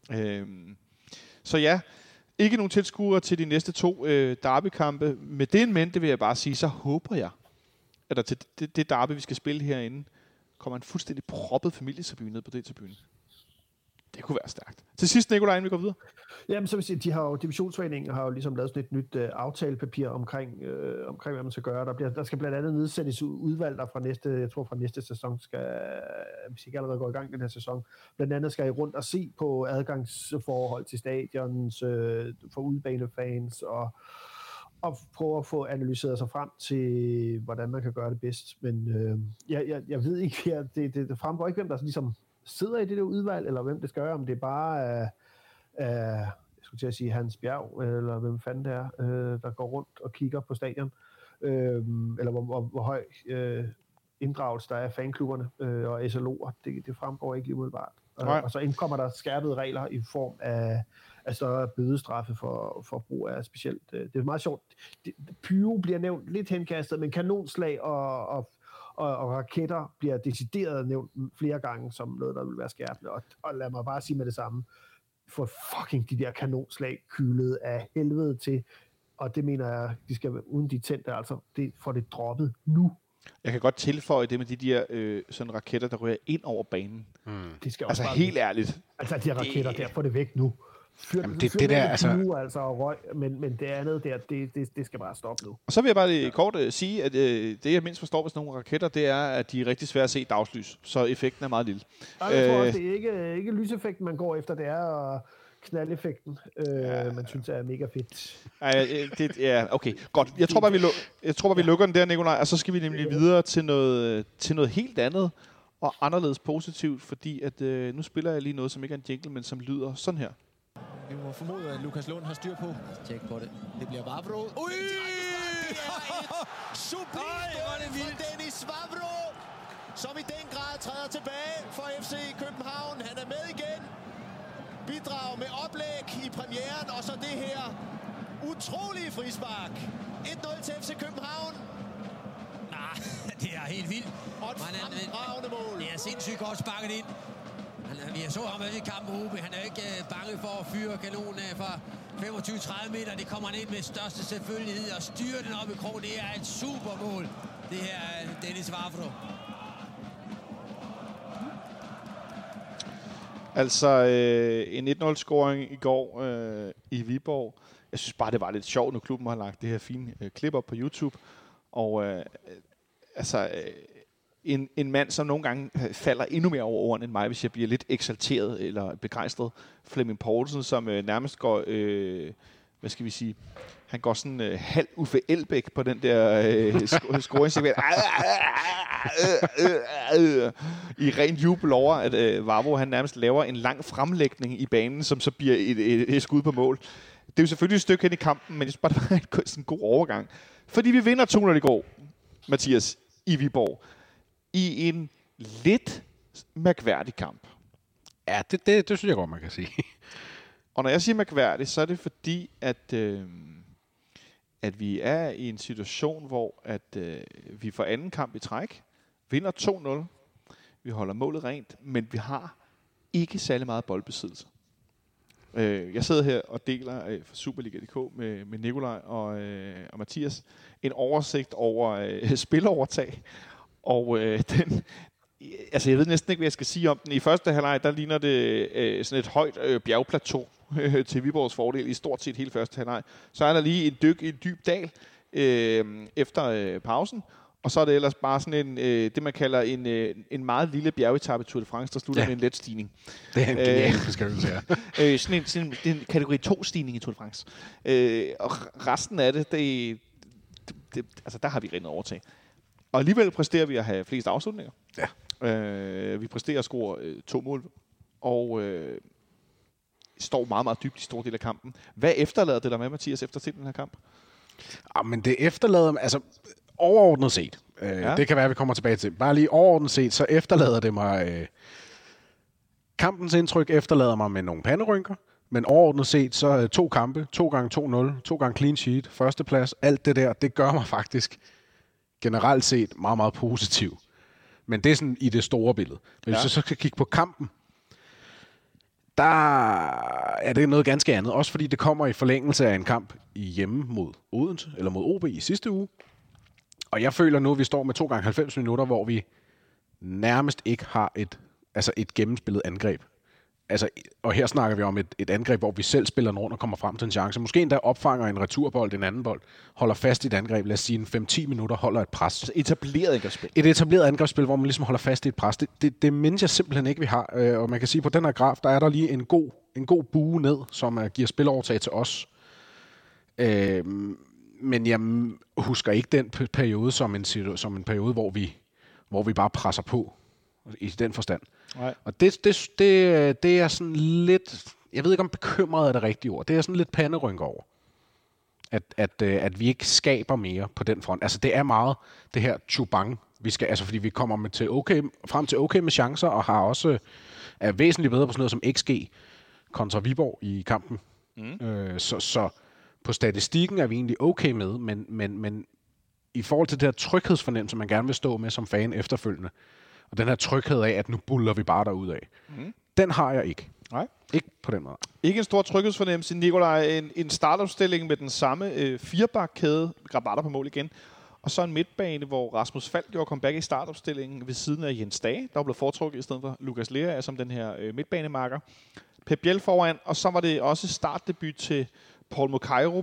Speaker 2: Så ja, ikke nogen tilskuere til de næste 2 derbykampe. Med det en mente vil jeg bare sige, så håber jeg, at der til det derby, vi skal spille herinde, kommer en fuldstændig proppet familietribune ned på det tribune. Det kunne være stærkt. Til sidst, Nikolaj, inden vi går videre.
Speaker 4: Jamen, så vil sige, divisionsforeningen har jo ligesom lavet sådan et nyt aftalepapir omkring, hvad man skal gøre. Der skal blandt andet nedsættes udvalg, der fra næste sæson skal, hvis ikke allerede går i gang den her sæson, blandt andet skal I rundt og se på adgangsforhold til stadions, for udbanefans, og prøve at få analyseret sig frem til, hvordan man kan gøre det bedst. Men jeg ved ikke, det fremgår ikke, hvem der ligesom sidder i det der udvalg, eller hvem det skal gøre, om det er bare jeg skulle til at sige Hans Bjerg, eller hvem fanden det er, der går rundt og kigger på stadion, eller hvor høj inddragelse der er af fanklubberne og SLO'er. Det fremgår ikke lige umiddelbart. Og så indkommer der skærpede regler i form af større bødestraffe for brug af specielt. Det er meget sjovt. Pyro bliver nævnt lidt henkastet, men kanonslag og raketter bliver decideret nævnt flere gange som noget, der vil være skærpende. Og lad mig bare sige med det samme. For fucking de der kanonslag kylet af helvede til. Og det mener jeg, de skal uden de tændte, altså det får det droppet nu.
Speaker 2: Jeg kan godt tilføje det med de der sådan raketter, der ryger ind over banen.
Speaker 4: Det skal
Speaker 2: altså helt ærligt.
Speaker 4: Altså de her raketter der, får det væk nu.
Speaker 3: Jamen, det der,
Speaker 4: altså røg, men det andet der, det skal bare stoppe nu.
Speaker 2: Og så vil jeg bare kort sige, at det jeg mindst forstår ved sådan nogle raketter, det er, at de er rigtig svære at se dagslys, så effekten er meget lille.
Speaker 4: Jeg tror også, det er ikke lyseffekten, man går efter, det er knaldeffekten, man synes er mega fedt.
Speaker 2: Okay, godt. Jeg tror bare, vi lukker den der, Nikolaj, og så skal vi nemlig videre til noget helt andet og anderledes positivt, fordi at nu spiller jeg lige noget, som ikke er en jingle, men som lyder sådan her.
Speaker 6: Vi må formode, at Lukas Lund har styr på. Tjek på det. Det bliver Vavro. Ui! Sublim! Hvor det vildt. Dennis Vavro, som i den grad træder tilbage for FC København. Han er med igen. Bidrag med oplæg i premieren, og så det her utrolige frispark. 1-0 til FC København.
Speaker 7: Det er helt vildt.
Speaker 6: Og et fremragende mål.
Speaker 7: Det er sindssygt godt sparket ind. Vi så ham i kampen Ube. Han er ikke bange for at fyre kanonen af fra 25-30 meter. Det kommer han ind med største selvfølgelighed og styrer den op i krogen. Det er et supermål. Det her er Dennis Vavro.
Speaker 2: Altså en 1-0-scoring i går i Viborg. Jeg synes bare, det var lidt sjovt, når klubben har lagt det her fine klip op på YouTube. Og en mand, som nogle gange falder endnu mere over ordene end mig, hvis jeg bliver lidt eksalteret eller begejstret. Flemming Poulsen, som nærmest går, hvad skal vi sige, han går sådan halv Uffe Elbæk på den der scoringssekvens. I ren jubel over, at Vavro han nærmest laver en lang fremlægning i banen, som så bliver et skud på mål. Det er jo selvfølgelig et stykke hen i kampen, men jeg synes bare, det var sådan en god overgang. Fordi vi vinder 2-0 i går, Mathias, i Viborg. I en lidt mærkværdig kamp.
Speaker 3: Ja, det synes jeg godt, man kan sige.
Speaker 2: Og når jeg siger mærkværdig, så er det fordi, at vi er i en situation, hvor at vi for anden kamp i træk vinder 2-0. Vi holder målet rent, men vi har ikke særlig meget boldbesiddelse. Jeg sidder her og deler fra Superliga.dk med Nikolaj og Mathias en oversigt over spilovertag. Og altså jeg ved næsten ikke, hvad jeg skal sige om den. I første halvleg, der ligner det sådan et højt bjergplateau til Viborgs fordel i stort set hele første halvleg. Så er der lige et dyk i en dyb dal efter pausen. Og så er det ellers bare sådan det man kalder en meget lille bjergetappe Tour de France, der slutter med en let stigning.
Speaker 3: Det er en genial beskrivelse, ja.
Speaker 2: Sådan en kategori 2-stigning i Tour de France. Og resten af det, altså der har vi rent overtag. Og alligevel præsterer vi at have flest afslutninger. Ja. Vi præsterer at score 2 mål. Og står meget, meget dybt i stor del af kampen. Hvad efterlader det der med, Mathias, efter til den her kamp?
Speaker 3: Men det efterlader, altså overordnet set, det kan være, at vi kommer tilbage til. Bare lige overordnet set, så efterlader det mig... kampens indtryk efterlader mig med nogle panderynker, men overordnet set, så 2 kampe, 2 gange 2-0, 2 gange clean sheet, førsteplads, alt det der, det gør mig faktisk generelt set meget, meget positiv. Men det er sådan i det store billede. Men hvis jeg så skal kigge på kampen, der er det noget ganske andet. Også fordi det kommer i forlængelse af en kamp hjemme mod Odense, eller mod OB i sidste uge. Og jeg føler nu, at vi står med 2 gange 90 minutter, hvor vi nærmest ikke har et gennemspillet angreb. Altså, og her snakker vi om et angreb, hvor vi selv spiller rundt og kommer frem til en chance. Måske endda opfanger en returbold, en anden bold, holder fast i et angreb, lad os sige en 5-10 minutter, holder et pres.
Speaker 2: Altså etableret angrebsspil.
Speaker 3: Et etableret angrebsspil, hvor man ligesom holder fast i et pres. Det mindes jeg simpelthen ikke, vi har. Og man kan sige, på den her graf, der er der lige en god bue ned, som giver spilovertag til os. Men jeg husker ikke den periode som en periode, hvor vi bare presser på i den forstand. Nej. Og det er sådan lidt, jeg ved ikke om bekymret er det rigtige ord, det er sådan lidt panderynker over, at vi ikke skaber mere på den front. Altså det er meget det her chubang, vi skal, altså fordi vi kommer frem til okay med chancer, og har også er væsentligt bedre på sådan noget som XG kontra Viborg i kampen. Så på statistikken er vi egentlig okay med, men i forhold til det her tryghedsfornemmelse, man gerne vil stå med som fan efterfølgende, og den her tryghed af, at nu buller vi bare derudad, den har jeg ikke. Nej. Ikke på den måde.
Speaker 2: Ikke en stor tryghedsfornemmelse, Nikolaj. En startopstilling med den samme firebakkæde, Grabata på mål igen, og så en midtbane, hvor Rasmus Falk gjorde comeback i startopstillingen ved siden af Jens Dage, der blev foretrukket i stedet for Lukas Lea som den her midtbanemarker. Pep Biel foran, og så var det også startdebut til Paul Mokairo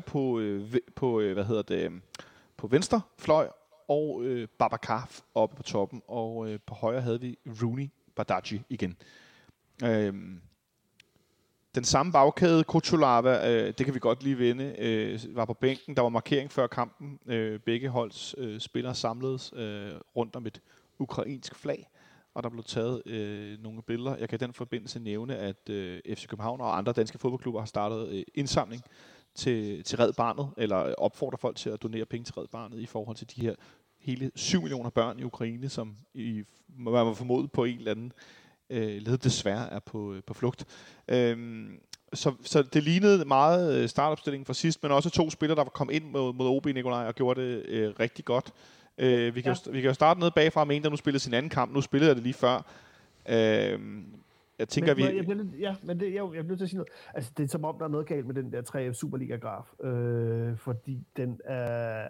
Speaker 2: på venstre fløj, og Babacar oppe på toppen, og på højre havde vi Rooney Badaji igen. Den samme bagkæde, Kocholava, det kan vi godt lige vende, var på bænken. Der var markering før kampen. Begge holds spillere samledes rundt om et ukrainsk flag, og der blev taget nogle billeder. Jeg kan i den forbindelse nævne, at FC København og andre danske fodboldklubber har startet indsamling til Red Barnet, eller opfordrer folk til at donere penge til Red Barnet i forhold til de her hele 7 millioner børn i Ukraine, som man var formodet på en eller anden led desværre er på flugt. Så det lignede meget startopstillingen fra sidst, men også 2 spillere, der var kommet ind mod OB, Nikolaj, og gjorde det rigtig godt. Vi kan jo starte nede bagfra med en, der nu spillede sin anden kamp. Nu spillede jeg det lige før. Jeg tænker,
Speaker 4: jeg bliver til at sige noget. Altså, det er som om, der er noget galt med den der 3F Superliga-graf. Fordi den er...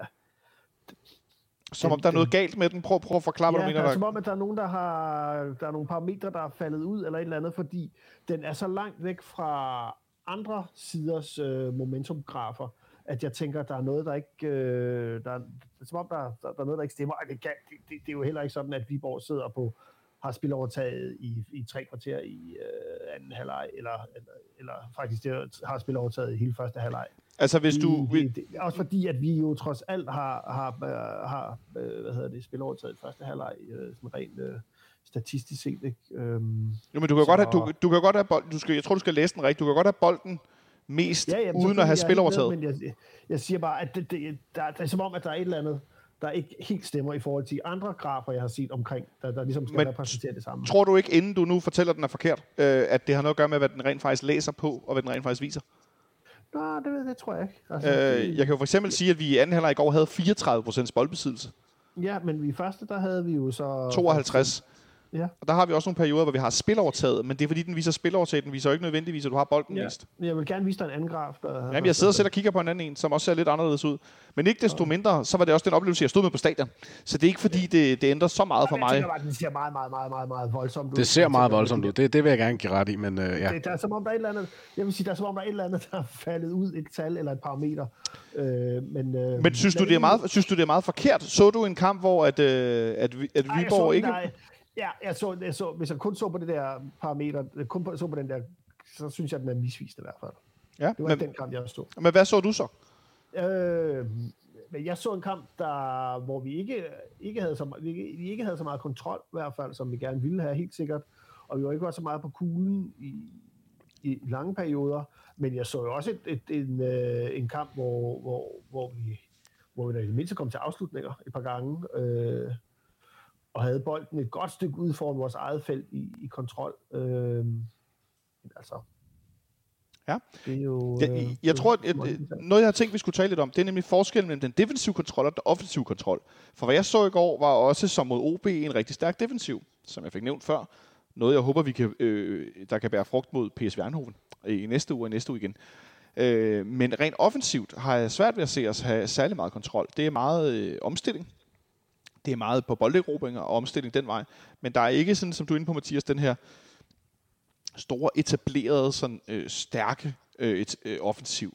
Speaker 2: Som om der er noget galt med den. Prøv at forklare, hvad du mener.
Speaker 4: Ja, som om, at der er nogen, der er nogle parametre, der er faldet ud, eller et eller andet, fordi den er så langt væk fra andre siders momentumgrafer, at jeg tænker, at der er noget, der ikke... som om, der er noget, der ikke stemmer. Det er jo heller ikke sådan, at Viborg sidder på har spilovertaget i 3 kvarter i anden halvleg, eller faktisk det har spilovertaget i hele første halvleg.
Speaker 2: Altså hvis du...
Speaker 4: også fordi, at vi jo trods alt har spilovertaget i første halvleg, sådan rent statistisk set. Ikke?
Speaker 2: Jo, men du kan godt have bolden. Jeg tror, du skal læse den rigtigt. Du kan godt have bolden mest, uden at have spilovertaget.
Speaker 4: Men jeg siger bare, at det er som om, at der er et eller andet, der ikke helt stemmer i forhold til andre grafer, jeg har set omkring, der ligesom skal repræsentere det samme.
Speaker 2: Tror du ikke, inden du nu fortæller, at den er forkert, at det har noget at gøre med, hvad den rent faktisk læser på, og hvad den rent faktisk viser?
Speaker 4: Nej, det tror jeg ikke. Altså,
Speaker 2: jeg kan jo for eksempel sige, at vi i anden halvleg i går havde 34% boldbesiddelse.
Speaker 4: Ja, men i første, der havde vi jo så...
Speaker 2: 52.
Speaker 4: Ja.
Speaker 2: Og der har vi også nogle perioder, hvor vi har spilovertaget, men det er fordi, den viser spilovertaget, den viser jo ikke nødvendigvis, at du har bolden mest.
Speaker 4: Jeg vil gerne vise dig en anden graf.
Speaker 2: Jamen, jeg sidder selv og kigger på en anden en, som også ser lidt anderledes ud. Men ikke desto mindre, så var det også den oplevelse, jeg stod med på stadion. Så det er ikke fordi, det ændrer så meget for mig.
Speaker 4: Jeg tænker, det ser meget voldsomt ud.
Speaker 3: Det ser meget voldsomt ud. Det vil jeg gerne give ret i, men ja.
Speaker 4: Det er som om, der er et eller andet... Jeg vil sige, der er som om, der er et eller andet, der er faldet ud et tal eller et parameter.
Speaker 2: Men synes du, det er meget forkert? Så du en kamp, hvor at Viborg ikke...
Speaker 4: Ja, jeg så, hvis jeg kun så på det der parameter, så på den der, så synes jeg, den er misvist i hvert fald.
Speaker 2: Ja,
Speaker 4: det var den kamp, jeg så.
Speaker 2: Men hvad så du så?
Speaker 4: Men jeg så en kamp, hvor vi ikke havde så meget kontrol, i hvert fald, som vi gerne ville have, helt sikkert. Og vi var ikke også så meget på kuglen i lange perioder. Men jeg så jo også en kamp, hvor vi da i det mindste kom til afslutninger et par gange. Og havde bolden et godt stykke ud foran vores eget felt i kontrol. Altså.
Speaker 2: Ja.
Speaker 4: Det er jo,
Speaker 2: jeg tror, at noget jeg har tænkt, vi skulle tale lidt om, det er nemlig forskellen mellem den defensive kontrol og den offensive kontrol. For hvad jeg så i går, var også som mod OB en rigtig stærk defensiv, som jeg fik nævnt før. Noget jeg håber, der kan bære frugt mod PSV Eindhoven i næste uge og næste uge igen. Men rent offensivt har jeg svært ved at se os have særlig meget kontrol. Det er meget omstilling. Det er meget på bolderobringer og omstilling den vej. Men der er ikke sådan, som du er inde på, Mathias, den her store, etablerede, sådan, stærke offensiv.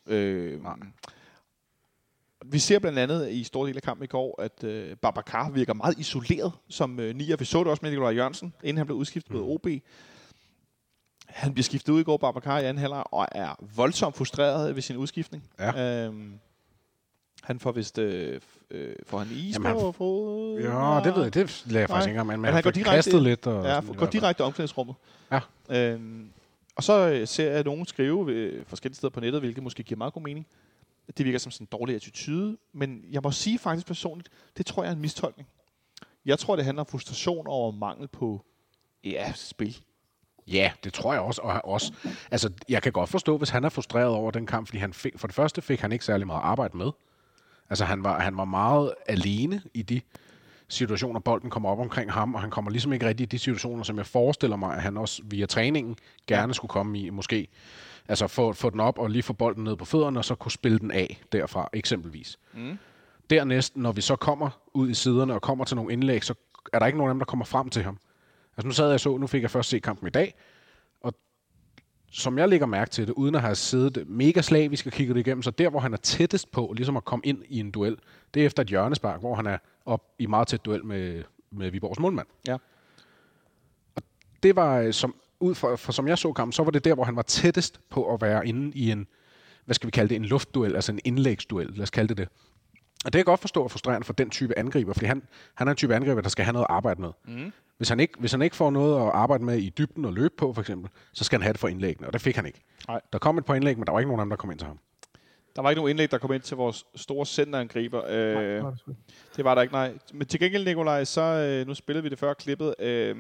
Speaker 2: Vi ser blandt andet i store del af kampen i går, at Babacar virker meget isoleret som nier. Vi så det også med Nikolaj Jørgensen, inden han blev udskiftet på OB. Han bliver skiftet ud i går, Babacar, i anden halvleg, og er voldsomt frustreret ved sin udskiftning. Ja. Han får vist får han is på fod?
Speaker 3: Ja, det ved jeg. Det lader jeg faktisk ikke engang. Men
Speaker 2: han går
Speaker 3: kastet lidt. Og
Speaker 2: går direkte i omklædningsrummet. Ja. Og så ser jeg nogen skrive forskellige steder på nettet, hvilket måske giver meget god mening. Det virker som sådan en dårlig attitude. Men jeg må sige faktisk personligt, det tror jeg er en mistolkning. Jeg tror, det handler om frustration over mangel på spil.
Speaker 3: Ja, det tror jeg også. Altså, jeg kan godt forstå, hvis han er frustreret over den kamp, fordi for det første fik han ikke særlig meget arbejde med. Altså, han var meget alene i de situationer, bolden kommer op omkring ham, og han kommer ligesom ikke rigtig i de situationer, som jeg forestiller mig, at han også via træningen gerne skulle komme i, måske. Altså, få den op og lige få bolden ned på fødderne, og så kunne spille den af derfra, eksempelvis. Dernæst, når vi så kommer ud i siderne og kommer til nogle indlæg, så er der ikke nogen af dem, der kommer frem til ham. Altså, nu fik jeg først se kampen i dag, og som jeg lægger mærke til det, uden at have siddet mega slavisk og kigget det igennem, så der, hvor han er tættest på, ligesom at komme ind i en duel, det er efter et hjørnespark, hvor han er op i meget tæt duel med Viborgs målmand. Ja. Og det var, som jeg så kampen, så var det der, hvor han var tættest på at være inde i en, hvad skal vi kalde det, en luftduel, altså en indlægsduel, lad os kalde det. Og det kan jeg godt forstå er frustrerende for den type angriber, fordi han er en type angriber, der skal have noget at arbejde med. Hvis han ikke får noget at arbejde med i dybden og løbe på, for eksempel, så skal han have det for indlæggene, og det fik han ikke. Nej. Der kom et par indlæg, men der var ikke nogen af dem, der kom ind til ham.
Speaker 2: Der var ikke nogen indlæg, der kom ind til vores store centerangriber. Det var der ikke, nej. Men til gengæld, Nikolaj, så nu spillede vi det før klippet.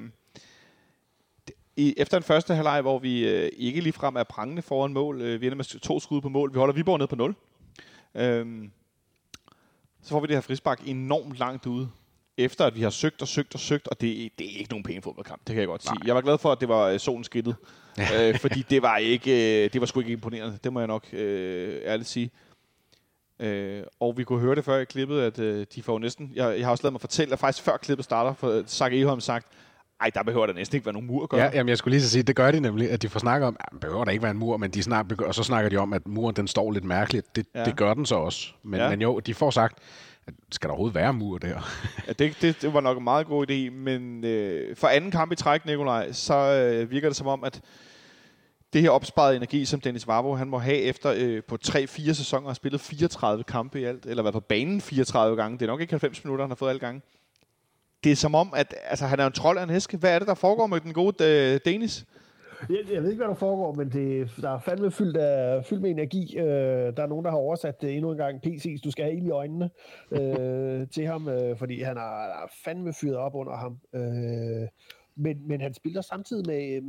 Speaker 2: Efter den første halvleg, hvor vi ikke ligefrem er prangende foran mål, vi ender med 2 skud på mål. Vi holder Viborg ned på 0. Så får vi det her frispark enormt langt ude. Efter at vi har søgt, og det er ikke nogen pæn fodboldkamp, det kan jeg godt sige. Jeg var glad for, at det var solen skinnede, fordi det var sgu ikke imponerende, det må jeg nok ærligt sige. Og vi kunne høre det før i klippet, at de får næsten, jeg har også ladet mig fortælle, at faktisk før klippet starter, for Zach Egholm sagt, der behøver der næsten ikke være nogen mur at gøre.
Speaker 3: Ja, jamen jeg skulle lige så sige, det gør de nemlig, at de får snakket om, behøver der ikke være en mur, men og så snakker de om, at muren den står lidt mærkeligt. Det gør den så også. Men jo, de får sagt, at skal der overhovedet være mur der?
Speaker 2: Ja, det var nok en meget god idé, men for anden kamp i træk, Nikolaj, så virker det som om, at det her opsparede energi, som Dennis Vavro, han må have efter på 3-4 sæsoner har spillet 34 kampe i alt, eller været på banen 34 gange. Det er nok ikke 90 minutter, han har fået alle gange. Det er som om, at han er en trold af en hæske. Hvad er det, der foregår med den gode Dennis?
Speaker 4: Jeg ved ikke, hvad der foregår, men der er fandme fyldt med energi. Der er nogen, der har oversat det endnu en gang. PC's, du skal have ild i øjnene til ham, fordi han er fandme fyret op under ham. Men han spiller samtidig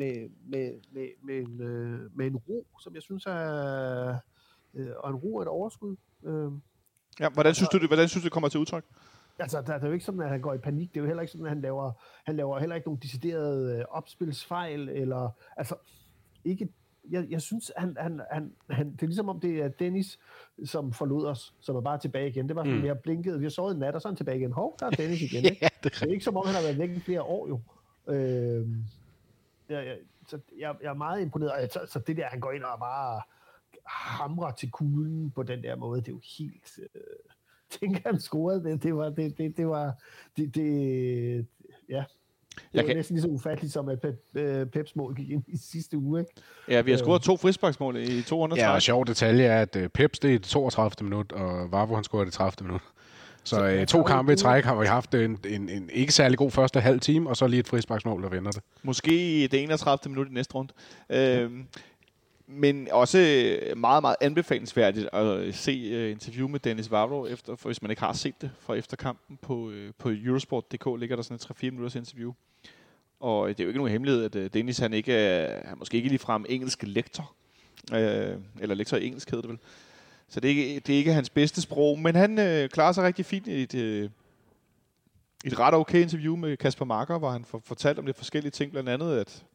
Speaker 4: med en ro, som jeg synes er og en ro og et overskud.
Speaker 2: Ja, hvordan synes du det kommer til udtryk?
Speaker 4: Altså, der er jo ikke sådan, at han går i panik. Det er jo heller ikke sådan, at han laver heller ikke nogen deciderede opspilsfejl, eller, altså, ikke, jeg synes, han, det er ligesom om, det er Dennis, som forlod os, som er bare tilbage igen. Det var sådan, vi har blinket, vi har sovet en nat, og så er han tilbage igen. Hov, der er Dennis igen, ikke?
Speaker 3: Ja,
Speaker 4: det er ikke som om, han har været væk i flere år, jo. Så jeg er meget imponeret. Så det der, han går ind og bare hamrer til kuglen på den der måde, det er jo helt... tænker han scorede det. Det var ja. Det var næsten lige så ufatteligt som at Peps mål gik ind i sidste uge, ikke?
Speaker 2: Ja, vi har scoret 2 frisparksmål i 200.
Speaker 3: Ja, og sjov detalje er, at Peps det er det 32. minut, og Vavro han scorede det 30. minut. Så 2 kampe i træk har vi haft en ikke særlig god første halv time, og så lige et frisparksmål, der vender det.
Speaker 2: Måske det 31. minut i næste runde. Men også meget, meget anbefalingsværdigt at se interview med Dennis Vavro, for hvis man ikke har set det fra efterkampen på Eurosport.dk, ligger der sådan et 3-4 minutters interview. Og det er jo ikke nogen hemmelighed, at Dennis han er måske ikke ligefrem engelsk lektor, eller lektor i engelsk hedder det vel. Så det er ikke hans bedste sprog, men han klarer sig rigtig fint i et ret okay interview med Kasper Marker, hvor han fortalte om lidt forskellige ting, blandt andet at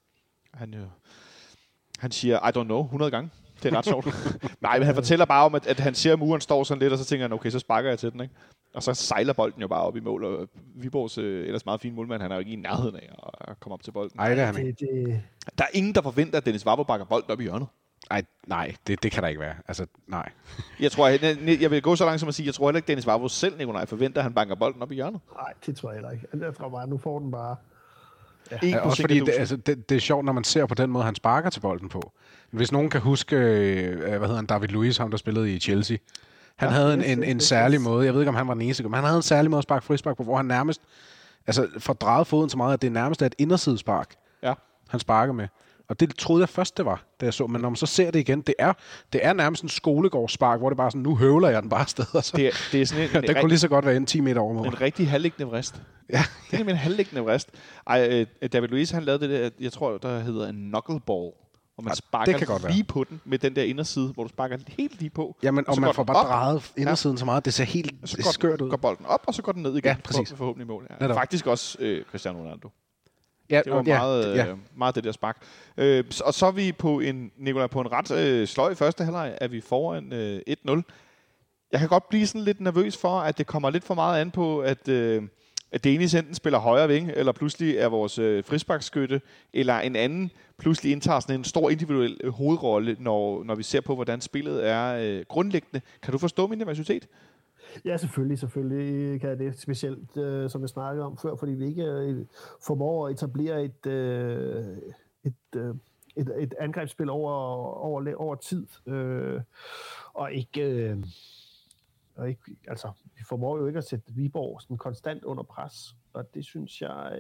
Speaker 2: han siger, I don't know, 100 gange. Det er ret sjovt. Nej, men han fortæller bare om, at han ser muren står sådan lidt, og så tænker han, okay, så sparker jeg til den, ikke? Og så sejler bolden jo bare op i mål, og Viborgs ellers meget fine målmand, han er jo ikke i nærheden af at komme op til bolden.
Speaker 3: Nej, det er han ikke.
Speaker 2: Der er ingen, der forventer, at Dennis Vavro bakker bolden op i hjørnet.
Speaker 3: Nej, det kan der ikke være. Altså, nej.
Speaker 2: Jeg vil gå så langt som at sige, jeg tror heller ikke, Dennis Vavro selv, Nikolaj, forventer, at han banker bolden op i hjørnet.
Speaker 4: Nej, det tror jeg heller ikke. Jeg tror bare, nu får den bare...
Speaker 3: Ja, også fordi det er sjovt, når man ser på den måde, han sparker til bolden på. Hvis nogen kan huske, David Luiz, ham der spillede i Chelsea. Han havde en særlig måde, jeg ved ikke, om han var den eneste, men han havde en særlig måde at sparke frispark på, hvor han nærmest får drejet foden så meget, at det nærmest er et indersidespark, han sparker med. Og det troede jeg først, det var, da jeg så. Men når man så ser det igen, det er nærmest en skolegårdsspark, hvor det bare sådan, nu høvler jeg den bare afsted. Og så. Det er sådan det kunne lige så godt være en 10 meter over mål.
Speaker 2: En rigtig halvliggende vrist. Ja. Det er nemlig en halvliggende vrist. David Luiz, han lavede det der, jeg tror, der hedder en knuckleball. Og man sparker lige på den med den der inderside, hvor du sparker helt lige på.
Speaker 3: Jamen, og man får bare drejet indersiden så meget, det ser helt skørt ud.
Speaker 2: Så går bolden op, og så går den ned igen.
Speaker 3: Ja, præcis.
Speaker 2: Forhåbentlig mål. Ja. Faktisk også Cristiano Ronaldo.
Speaker 3: Ja,
Speaker 2: det var meget det der spark. Og så er vi på en ret sløj første halvleg, er vi foran 1-0. Jeg kan godt blive sådan lidt nervøs for, at det kommer lidt for meget an på, at Dennis enten spiller højre ving, eller pludselig er vores frisparksskytte, eller en anden pludselig indtager sådan en stor individuel hovedrolle, når vi ser på, hvordan spillet er grundlæggende. Kan du forstå min nervøsitet?
Speaker 4: Ja, selvfølgelig kan jeg det. Specielt, som jeg snakkede om før, fordi vi ikke formår at etablere et angrebsspil over tid. Og ikke, altså, vi formår jo ikke at sætte Viborg sådan konstant under pres. Og det synes jeg...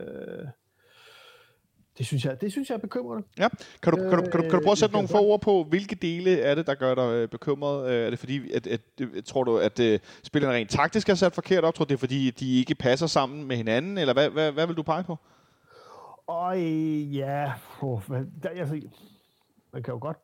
Speaker 4: Det synes jeg er bekymrende.
Speaker 2: Ja. Kan du prøve at sætte nogle få ord på, hvilke dele er det, der gør dig bekymret? Er det fordi, tror du, at spillerne rent taktisk er sat forkert op? Tror du, det er fordi, de ikke passer sammen med hinanden? Eller hvad vil du pege på?
Speaker 4: Man kan jo godt...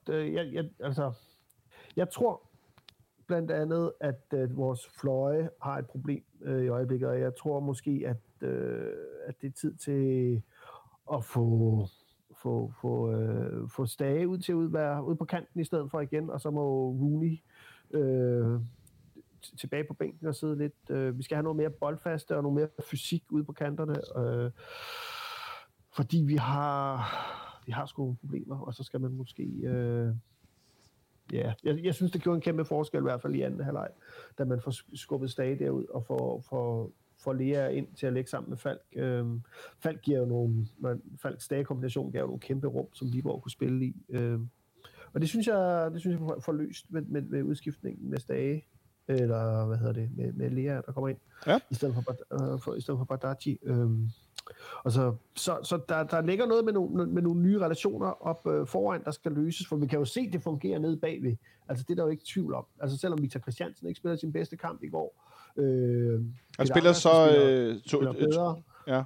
Speaker 4: jeg tror blandt andet, at vores fløje har et problem i øjeblikket, og jeg tror måske, at det er tid til at få Stage ud til at være ude på kanten i stedet for igen, og så må Rooney tilbage på bænken og sidde lidt. Vi skal have noget mere boldfaste og noget mere fysik ude på kanterne, fordi vi har sgu nogle problemer, og så skal man måske... Jeg synes, det gjorde en kæmpe forskel, i hvert fald i anden halvleg, da man får skubbet Stage derud og får Lea ind til at lægge sammen med Falk. Falk giver jo Falk-Stage-kombination gav jo nogle kæmpe rum, som Viborg kunne spille i. Og det synes jeg får løst med udskiftningen med Stage, eller med Lea, der kommer ind, i stedet for Badaji. Og så der ligger noget med nogle nye relationer op foran, der skal løses, for vi kan jo se, det fungerer nede bagved. Altså det er der jo ikke tvivl om. Altså selvom Victor Christiansen ikke spiller sin bedste kamp i går.
Speaker 2: Han spiller
Speaker 4: spiller bedre.
Speaker 2: Ja.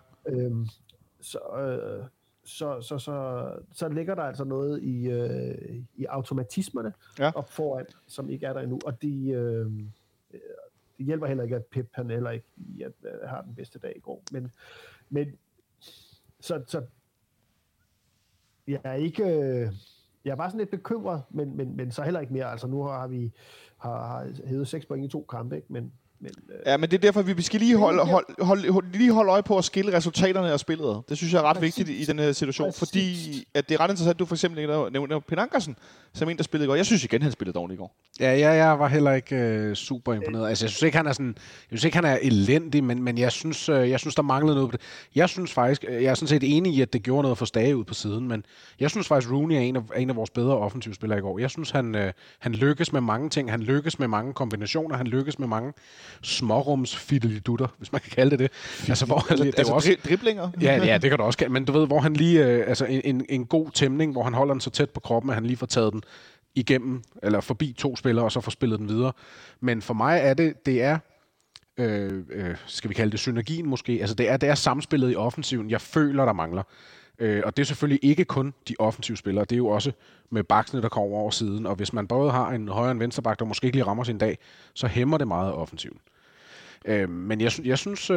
Speaker 4: Så ligger der altså noget i automatismerne op foran, som ikke er der endnu. Og det hjælper heller ikke, at Pep han heller ikke har den bedste dag i går. Men så jeg er ikke... Jeg er bare sådan lidt bekymret, men så heller ikke mere. Altså nu har vi hævet 6 point i 2 kampe, ikke? Men
Speaker 2: ja, men det er derfor, vi skal lige holde øje på at skille resultaterne af spillet. Det synes jeg er ret vigtigt i den her situation, fordi at det er ret interessant, du for eksempel nævner Penankersen, som en, der spillede i går. Jeg synes igen, han spillede dårligt i går.
Speaker 3: Ja, jeg var heller ikke super imponeret. Altså, jeg synes ikke, han er elendig, men jeg synes, der manglede noget på det. Jeg synes faktisk, jeg er sådan set enig i, at det gjorde noget for Stage ud på siden, men jeg synes faktisk, Rooney er en af vores bedre offensivspillere i går. Jeg synes, han lykkes med mange ting. Han lykkes med mange kombinationer. Han lykkes med mange smårumsfidelidutter, hvis man kan kalde det. Altså, hvor han, det er jo også
Speaker 2: driblinger.
Speaker 3: Ja, det kan du også kalde. Men du ved, hvor han lige en god tæmning, hvor han holder den så tæt på kroppen, at han lige får taget den igennem, eller forbi 2 spillere, og så får spillet den videre. Men for mig er det er skal vi kalde det synergien måske, altså det er samspillet i offensiven, jeg føler, der mangler. Og det er selvfølgelig ikke kun de offensive spillere, det er jo også med baksene, der kommer over siden, og hvis man både har en højre og en venstre bak, der måske ikke lige rammer sin dag, så hæmmer det meget offensiven. Men jeg synes...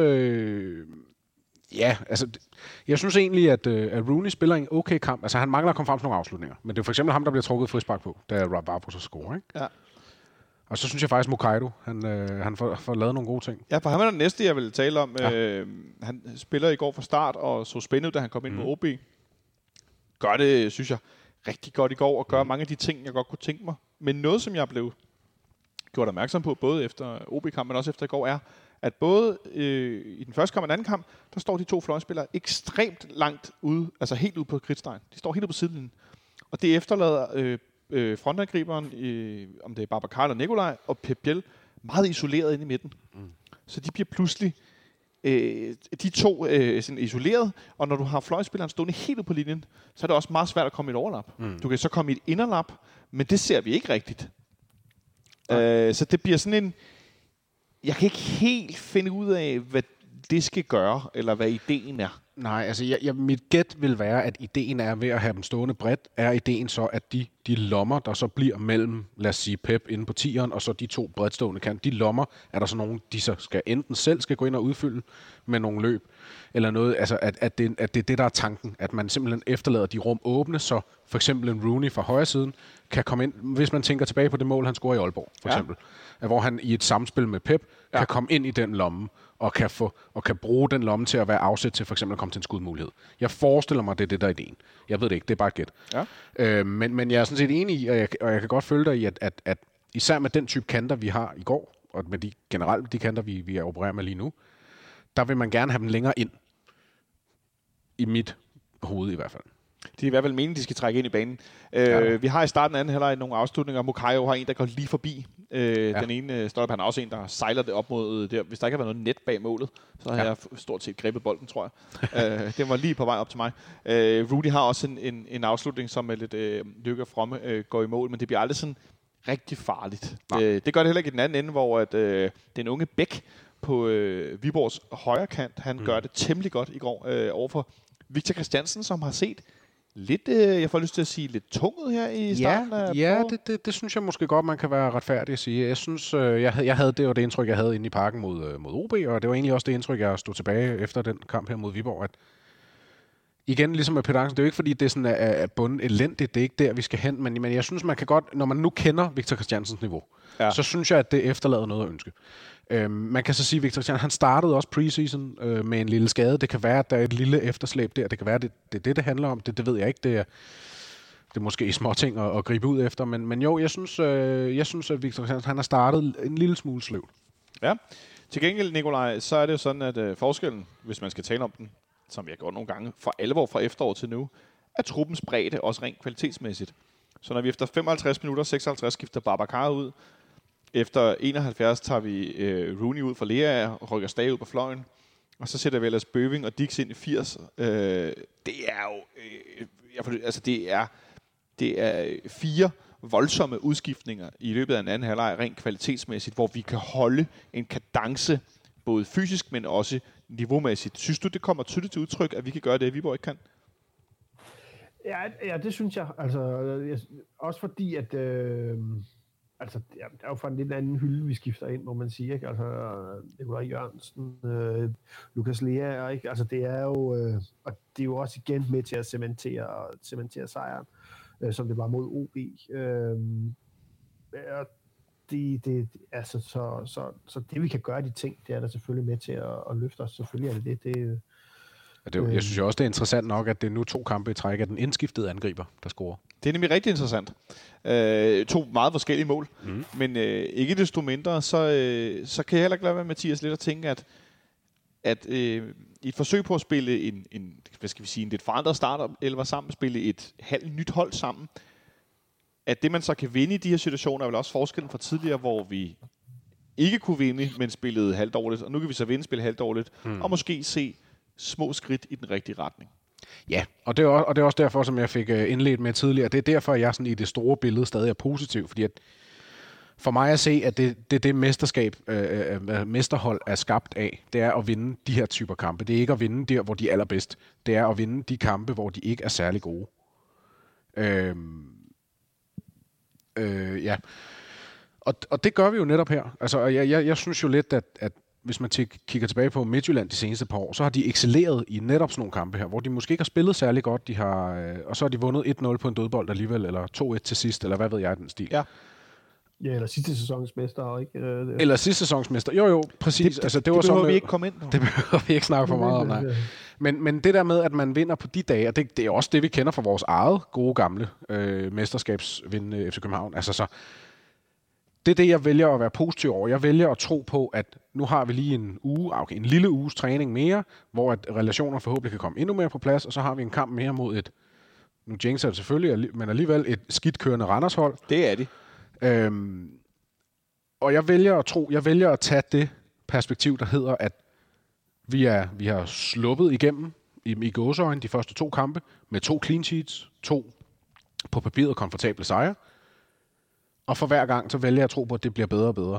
Speaker 3: jeg synes egentlig, at Rooney spiller en okay kamp. Altså, han mangler at komme frem til nogle afslutninger. Men det er for eksempel ham, der bliver trukket frispark på, da Rababo så scorer, ikke? Ja. Og så synes jeg faktisk, Mokaido, han får lavet nogle gode ting.
Speaker 2: Ja, for han er den næste, jeg vil tale om. Ja. Han spiller i går fra start, og så spændende, da han kom ind på OB. Gør det, synes jeg, rigtig godt i går, og gør mange af de ting, jeg godt kunne tænke mig. Men noget, som jeg blev gjort opmærksom på, både efter OB-kampen, men også efter i går, er, at både i den første kamp og den anden kamp, der står de 2 fløjspillere ekstremt langt ude, altså helt ude på kridtstregen. De står helt ude på sidelinjen. Og det efterlader frontangriberen, om det er Babacar eller Nikolaj, og Pep Biel, meget isoleret inde i midten. Så de bliver pludselig de 2 sådan isoleret, og når du har fløjspilleren stående helt ude på linjen, så er det også meget svært at komme i et overlap. Du kan så komme i et inderlap, men det ser vi ikke rigtigt. Så det bliver sådan en... Jeg kan ikke helt finde ud af, hvad det skal gøre, eller hvad ideen er.
Speaker 3: Nej, altså mit gæt vil være, at ideen er ved at have dem stående bredt, er ideen så, at de lommer, der så bliver mellem, lad os sige, Pep inde på 10'eren, og så de 2 bredtstående kant, de lommer, er der så nogen, de så skal enten selv skal gå ind og udfylde med nogle løb, eller noget, altså at det er det, der er tanken, at man simpelthen efterlader de rum åbne, så for eksempel en Rooney fra højre siden kan komme ind, hvis man tænker tilbage på det mål, han scorer i Aalborg, for eksempel, hvor han i et samspil med Pep kan komme ind i den lomme, og kan bruge den lomme til at være afsæt til for eksempel at komme til en skudmulighed. Jeg forestiller mig, det er det, der er ideen. Jeg ved det ikke, det er bare et gæt. Ja. Men jeg er sådan set enig i, og jeg kan godt følge dig i, at især med den type kanter, vi har i går, og med de kanter, vi opererer med lige nu, der vil man gerne have dem længere ind. I mit hoved i hvert fald.
Speaker 2: Det er i hvert fald meningen, de skal trække ind i banen. Vi har i starten af anden halvleg nogle afslutninger. Mokayo har en, der går lige forbi. Den ene stolpe, han har også en, der sejler det op mod der. Hvis der ikke har været noget net bag målet, så har jeg stort set grebet bolden, tror jeg. Den var lige på vej op til mig. Rudy har også en afslutning, som med lidt lykke og fromme går i mål, men det bliver aldrig sådan rigtig farligt. Det gør det heller ikke i den anden ende, hvor den unge Bæk på Viborgs højre kant, han gør det temmelig godt i går overfor Victor Christiansen, som har set lidt, jeg får lyst til at sige, lidt tung ud her i starten af
Speaker 3: det synes jeg måske godt, man kan være retfærdig at sige. Jeg synes, jeg havde det indtryk, jeg havde inde i parken mod OB, og det var egentlig også det indtryk, jeg stod tilbage efter den kamp her mod Viborg, at igen, ligesom med Peter Angst, det er jo ikke fordi, det er sådan er bunden elendigt, det er ikke der, vi skal hen, men jeg synes, man kan godt, når man nu kender Victor Christiansens niveau, så synes jeg, at det efterlader noget at ønske. Man kan så sige, at Victor Christiansen, han startede også preseason med en lille skade. Det kan være, at der er et lille efterslæb der. Det kan være, at det handler om. Det ved jeg ikke. Det er måske små ting at gribe ud efter. Men jo, jeg synes, at Victor Christiansen, han har startet en lille smule sløvt.
Speaker 2: Ja. Til gengæld, Nikolaj, så er det jo sådan, at forskellen, hvis man skal tale om den, som vi har gjort nogle gange, for alvor fra efterår til nu, er truppens bredde også rent kvalitetsmæssigt. Så når vi efter 55 minutter, 56 skifter Babacar ud, efter 71 tager vi Rooney ud for Lea og rykker Stage ud på fløjen. Og så sætter vi ellers Bøving og Dix ind i 80. Det er jo... det er 4 voldsomme udskiftninger i løbet af en anden halvleg rent kvalitetsmæssigt, hvor vi kan holde en kadence, både fysisk, men også niveaumæssigt. Synes du, det kommer tydeligt til udtryk, at vi kan gøre det, Viborg ikke kan?
Speaker 4: Ja, det synes jeg. Altså, også fordi, at... altså, ja, det er jo fra en lidt anden hylde, vi skifter ind, må man sige, ikke? Altså, Nikolaj Jørgensen, Lukas Lea, ikke? Altså, det er jo, og det er jo også igen med til at cementere sejren, som det var mod OB. Altså, så det, vi kan gøre de ting, det er der selvfølgelig med til at løfte os. Selvfølgelig er det.
Speaker 3: Jeg synes jo også, det er interessant nok, at det er nu 2 kampe i træk af den indskiftede angriber, der scorer.
Speaker 2: Det er nemlig rigtig interessant. 2 meget forskellige mål. Men ikke desto mindre, så kan jeg heller ikke lade være, Mathias, lidt at tænke, at i et forsøg på at spille en lidt forandret start, eller sammen spille et halvt nyt hold sammen, at det, man så kan vinde i de her situationer, er vel også forskellen fra tidligere, hvor vi ikke kunne vinde, men spillede halvdårligt, og nu kan vi så vinde, spille halvdårligt, og måske se små skridt i den rigtige retning.
Speaker 3: Ja, og det er også derfor, som jeg fik indledt med tidligere. Det er derfor, jeg sådan i det store billede stadig er positiv, fordi at for mig at se, at det mesterhold er skabt af, det er at vinde de her typer kampe. Det er ikke at vinde der, hvor de er allerbedst. Det er at vinde de kampe, hvor de ikke er særlig gode. Ja. Og det gør vi jo netop her. Altså, jeg synes jo lidt, at hvis man kigger tilbage på Midtjylland de seneste par år, så har de excelleret i netop sådan nogle kampe her, hvor de måske ikke har spillet særlig godt, og så har de vundet 1-0 på en dødbold alligevel, eller 2-1 til sidst, eller hvad ved jeg, den stil.
Speaker 4: Ja, eller sidste sæsons mester, ikke?
Speaker 3: Eller sidste sæsons mester. Jo, præcis.
Speaker 2: Det behøver vi ikke komme ind på.
Speaker 3: Det behøver vi ikke snakke for meget om, nej. Men det der med, at man vinder på de dage, og det er også det, vi kender fra vores eget gode gamle mesterskabsvindende FC København. Altså så, det er det, jeg vælger at være positiv over. Jeg vælger at tro på, at nu har vi lige en lille uges træning mere, hvor at relationer forhåbentlig kan komme endnu mere på plads, og så har vi en kamp mere mod nu jinxer det selvfølgelig, men alligevel et skidtkørende Randershold.
Speaker 2: Det er de.
Speaker 3: Og jeg vælger at tage det perspektiv, der hedder, at vi har sluppet igennem i gåseøjne de første 2 kampe med 2 clean sheets, 2 på papiret komfortable sejre. Og for hver gang, så vælger jeg at tro på, at det bliver bedre og bedre.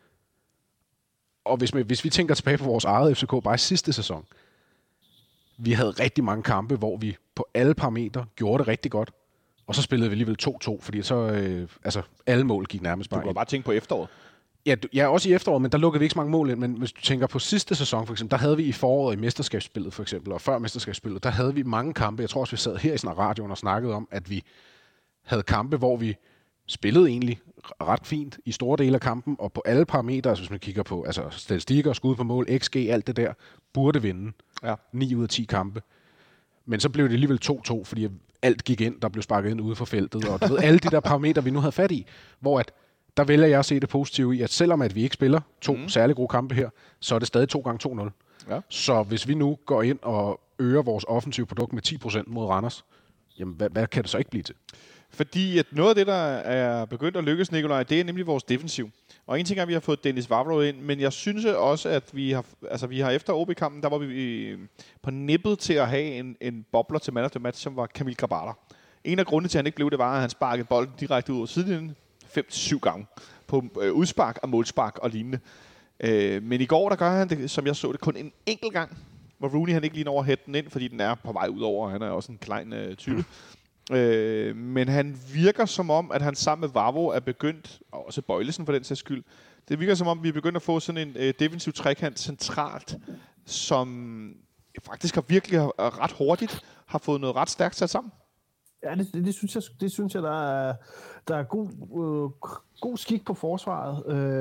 Speaker 3: Og hvis vi tænker tilbage på vores eget FCK bare i sidste sæson, vi havde rigtig mange kampe, hvor vi på alle parametre gjorde det rigtig godt. Og så spillede vi alligevel 2-2, fordi så alle mål gik nærmest bare.
Speaker 2: Du kan bare tænke på efteråret.
Speaker 3: Ja, også i efteråret, men der lukkede vi ikke så mange mål ind. Men hvis du tænker på sidste sæson, for eksempel, der havde vi i foråret i mesterskabsspillet, for eksempel, og før mesterskabsspillet, der havde vi mange kampe. Jeg tror også, vi sad her i sådan radioen og snakkede om, at vi havde kampe, hvor vi spillede egentlig ret fint i store dele af kampen, og på alle parametre, altså hvis man kigger på statistikker, skud på mål, XG, alt det der, burde vinde. Ja. 9 ud af 10 kampe. Men så blev det alligevel 2-2, fordi alt gik ind, der blev sparket ind ude for feltet, og du ved, alle de der parametre, vi nu havde fat i, hvor at der vælger jeg at se det positive i, at selvom at vi ikke spiller 2 særlig gode kampe her, så er det stadig 2x2-0. Ja. Så hvis vi nu går ind og øger vores offensive produkt med 10% mod Randers, jamen hvad kan det så ikke blive til?
Speaker 2: Fordi at noget af det, der er begyndt at lykkes, Nikolaj, det er nemlig vores defensiv. Og en ting er, at vi har fået Dennis Vavro ind, men jeg synes også, at vi har efter OB-kampen, der var vi på nippet til at have en bobler til man of the match, som var Kamil Grabara. En af grundene til, at han ikke blev det, var, at han sparkede bolden direkte ud af sidelinjen 5-7 gange på udspark og målspark og lignende. Men i går, der gør han det, som jeg så det, kun en enkelt gang, hvor Rooney han ikke lige når at hætte den ind, fordi den er på vej ud over, og han er også en klein type. Men han virker som om, at han sammen med Vavro er begyndt, og også Bøjlesen for den sags skyld, det virker som om, vi er begyndt at få sådan en defensiv trekant centralt, som faktisk har virkelig ret hurtigt har fået noget ret stærkt sat sammen.
Speaker 4: Ja, det synes jeg, der er god skik på forsvaret.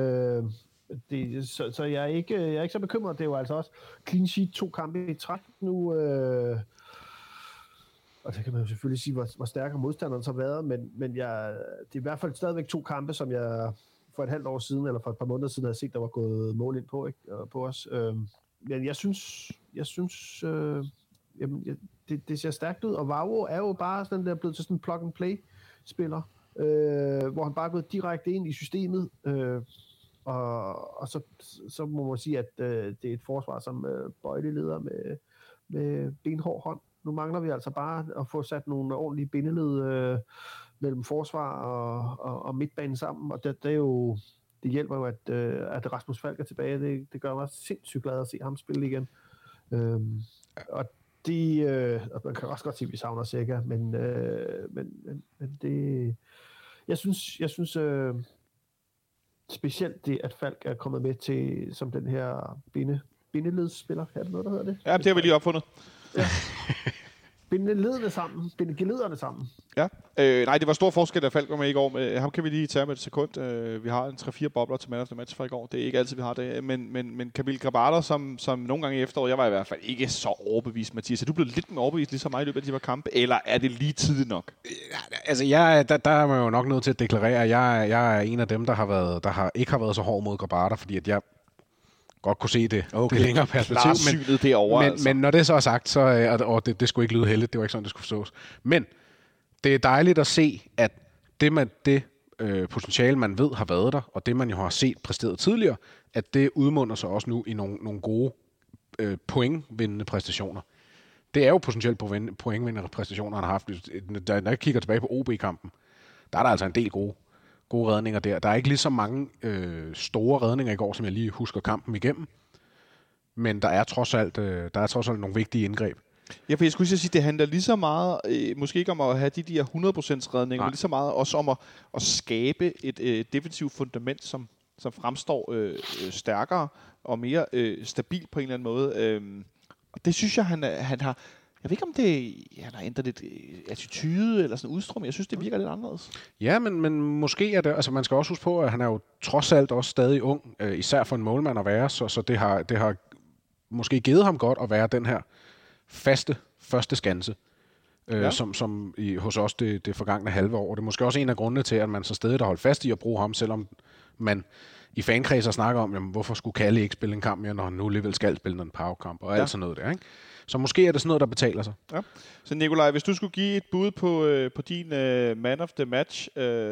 Speaker 4: Så jeg er ikke så bekymret. Det er jo altså også clean sheet 2 kampe i træk nu. Og så kan man jo selvfølgelig sige, hvor stærkere modstanderen så har været, men det er i hvert fald stadigvæk 2 kampe, som jeg for et halvt år siden, eller for et par måneder siden, havde set, der var gået mål ind på, ikke? På os. Men jeg synes det ser stærkt ud, og Vavro er jo bare sådan, der er blevet til sådan en plug-and-play-spiller, hvor han bare er gået direkte ind i systemet, og så må man sige, at det er et forsvar, som Bøjle leder med benhård hånd. Nu mangler vi altså bare at få sat nogle ordentlige bindeled mellem forsvar og midtbanen sammen, og det er jo, det hjælper jo, at Rasmus Falk er tilbage. Det gør mig sindssygt glad at se ham spille igen. Og man kan også godt sige, at vi savner Sækker, men det, jeg synes specielt det, at Falk er kommet med til som den her bindeledsspiller. Er det noget, der hedder det?
Speaker 2: Ja, det har vi lige opfundet.
Speaker 4: Ja. Binde gelederne sammen.
Speaker 2: Ja. Nej, det var stor forskel, at Falk var med i går. Ham kan vi lige tage med et sekund. Vi har en 3-4 bobler til Man of the Match fra i går. Det er ikke altid, vi har det. Men Kamil Grabara, som nogle gange i efteråret, jeg var i hvert fald ikke så overbevist, Mathias. Er du blevet lidt mere overbevist ligesom mig i løbet af de her kampe, eller er det lige tidligt nok?
Speaker 3: Altså, der er man jo nok nødt til at deklarere, at jeg er en af dem, der ikke har været så hård mod Grabara, fordi at jeg godt kunne se det længere perspektiv. Men når det så er sagt, så det skulle ikke lyde heldigt, det var ikke sådan, det skulle forstås. Men det er dejligt at se, at det potentiale, man ved har været der, og det, man jo har set præsteret tidligere, at det udmunder sig også nu i nogle gode pointvindende præstationer. Det er jo potentielt pointvindende præstationer, han har haft. Når jeg kigger tilbage på OB-kampen, der er der altså en del gode redninger der. Der er ikke lige så mange store redninger i går, som jeg lige husker kampen igennem. Men der er trods alt nogle vigtige indgreb.
Speaker 2: Ja, for jeg skulle sige, at det handler lige så meget, måske ikke om at have de der 100% redninger, men lige så meget også om at skabe et defensivt fundament, som fremstår stærkere og mere stabilt på en eller anden måde. Og det synes jeg, han har... Jeg ved ikke, om han har ændret lidt attitude eller sådan udstråling. Jeg synes, det virker lidt anderledes.
Speaker 3: Ja, men måske er det... Altså, man skal også huske på, at han er jo trods alt også stadig ung, især for en målmand at være, så det har måske givet ham godt at være den her faste første skanse, som hos os det forgangne halve år. Det er måske også en af grundene til, at man så stadig har holdt fast i at bruge ham, selvom man i fankredser snakker om, jamen, hvorfor skulle Kalle ikke spille en kamp mere, når han nu alligevel skal spille en powerkamp og alt sådan noget der, ikke? Så måske er det sådan noget, der betaler sig. Ja.
Speaker 2: Så Nikolaj, hvis du skulle give et bud på din man of the match,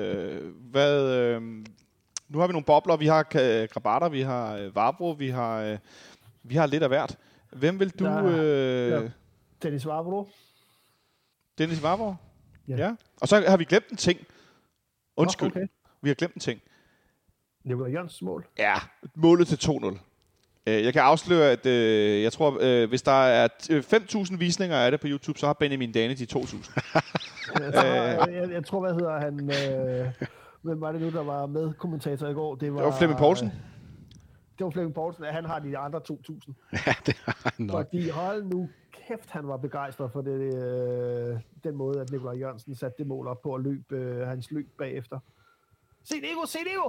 Speaker 2: nu har vi nogle bobler, vi har Grabara, vi har Vavro, vi har lidt af hvert. Hvem vil du...
Speaker 4: Dennis Vavro.
Speaker 2: Dennis Vavro? Ja. Og så har vi glemt en ting. Undskyld.
Speaker 4: Okay.
Speaker 2: Vi har glemt en ting.
Speaker 4: Nikolaj Jørgensens mål.
Speaker 2: Ja, målet til 2-0. Jeg kan afsløre, at jeg tror, hvis der er 5.000 visninger af det på YouTube, så har Benjamin Dane de 2.000.
Speaker 4: Jeg tror, hvad hedder han... hvem var det nu, der var med kommentator i går? Det var
Speaker 2: Flemming Poulsen.
Speaker 4: Det var Flemming Poulsen. Han har de andre 2.000.
Speaker 3: Ja, det har han nok.
Speaker 4: Fordi hold nu kæft, han var begejstret for den måde, at Nikolaj Jørgensen satte det mål op på at løbe hans løb bagefter. Se Diego!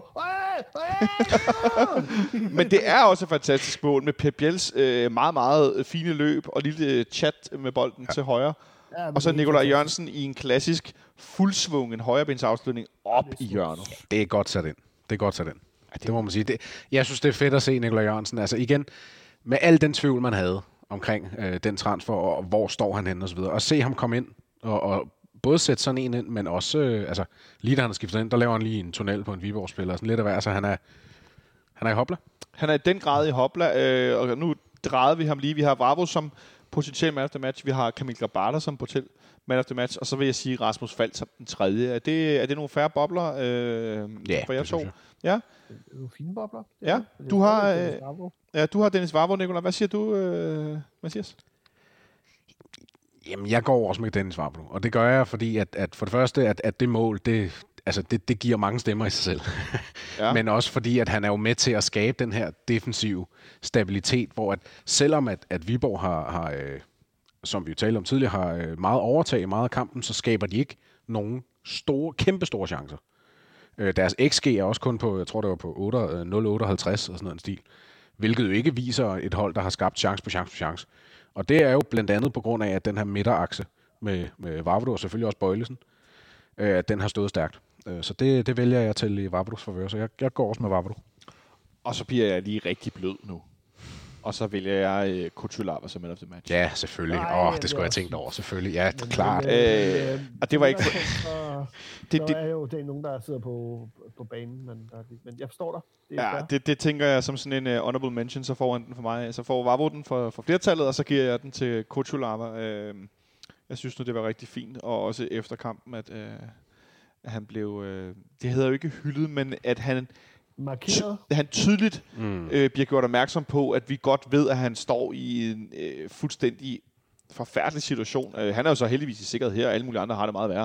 Speaker 2: Men det er også et fantastisk mål med Pep Biels meget, meget fine løb og lille chat med bolden til højre. Ja, og så Nikolaj Jørgensen i en klassisk fuldsvungen højrebensafslutning op i hjørnet.
Speaker 3: Det er godt sat ind. Det må man sige. Jeg synes, det er fedt at se Nikolaj Jørgensen. Altså igen, med al den tvivl, man havde omkring den transfer, og hvor står han henne og så videre. Og se ham komme ind og både sætte sådan en ind, men også, lige da han har skiftet ind, der laver han lige en tunnel på en Viborg-spiller. Sådan lidt af hver, så han er i hopla.
Speaker 2: Han er i den grad i hopla, og nu drejede vi ham lige. Vi har Vavro som potentiel man of the match. Vi har Kamil Grabara som potentiel man of the match. Og så vil jeg sige Rasmus Falk som den tredje. Er det nogle færre bobler?
Speaker 3: Ja,
Speaker 2: for jeg så.
Speaker 3: Jeg.
Speaker 2: Ja.
Speaker 4: Nogle fine bobler.
Speaker 2: Ja. Du har Dennis Vavro, Nikolaj. Hvad siger du, Mathias?
Speaker 3: Jamen, jeg går også med Dennis Vavro, og det gør jeg, fordi at for det første, at det mål, det giver mange stemmer i sig selv. Ja. Men også fordi, at han er jo med til at skabe den her defensive stabilitet, hvor at selvom at Viborg har som vi jo talte om tidligere, har meget overtag i meget af kampen, så skaber de ikke nogen kæmpe store chancer. Deres XG er også kun på, jeg tror det var på 0,58 og sådan noget en stil, hvilket jo ikke viser et hold, der har skabt chance på chance. Og det er jo blandt andet på grund af, at den her midterakse med Vavro og selvfølgelig også Bøjlesen, at den har stået stærkt. Så det vælger jeg til i Vavros favør, så jeg går også med Vavro.
Speaker 2: Og så bliver jeg lige rigtig blød nu. Og så vælger jeg Kutsulava som man of the match.
Speaker 3: Ja, selvfølgelig. Det skulle jeg tænkt over, selvfølgelig. Ja, klart.
Speaker 2: Og det var ikke...
Speaker 4: Der er jo nogen, der sidder på banen, men jeg forstår dig.
Speaker 2: Det tænker jeg som sådan en honorable mention, så får han den for mig. Så får Vavro den for flertallet, og så giver jeg den til Kutsulava. Jeg synes nu, det var rigtig fint, og også efter kampen, at han blev... det hedder jo ikke hyldet, men at han tydeligt bliver gjort opmærksom på, at vi godt ved, at han står i en fuldstændig forfærdelig situation. Han er jo så heldigvis i sikkerhed her, og alle mulige andre har det meget værre.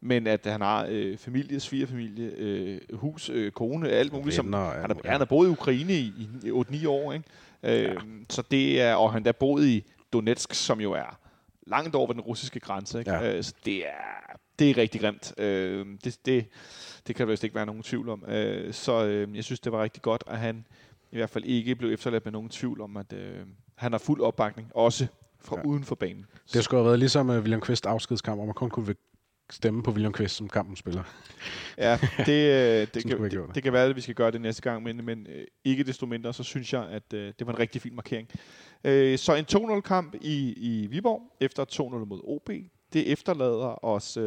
Speaker 2: men at han har familie, svigerfamilie, hus, kone, alt muligt. Han har boet i Ukraine i 8-9 år, ikke? Så det er, og han der boet i Donetsk, som jo er langt over den russiske grænse, ikke? Så det er rigtig grimt. Det kan der vist ikke være nogen tvivl om. Jeg synes, det var rigtig godt, at han i hvert fald ikke blev efterladt med nogen tvivl om, at han har fuld opbakning, også fra uden for banen.
Speaker 3: Det skulle have været ligesom William Kvist afskedskamp, hvor man kun kunne stemme på William Kvist, som kampen spiller.
Speaker 2: Ja, det kan være, at vi skal gøre det næste gang, men ikke desto mindre, så synes jeg, at det var en rigtig fin markering. Så en 2-0-kamp i Viborg, efter 2-0 mod OB. Det efterlader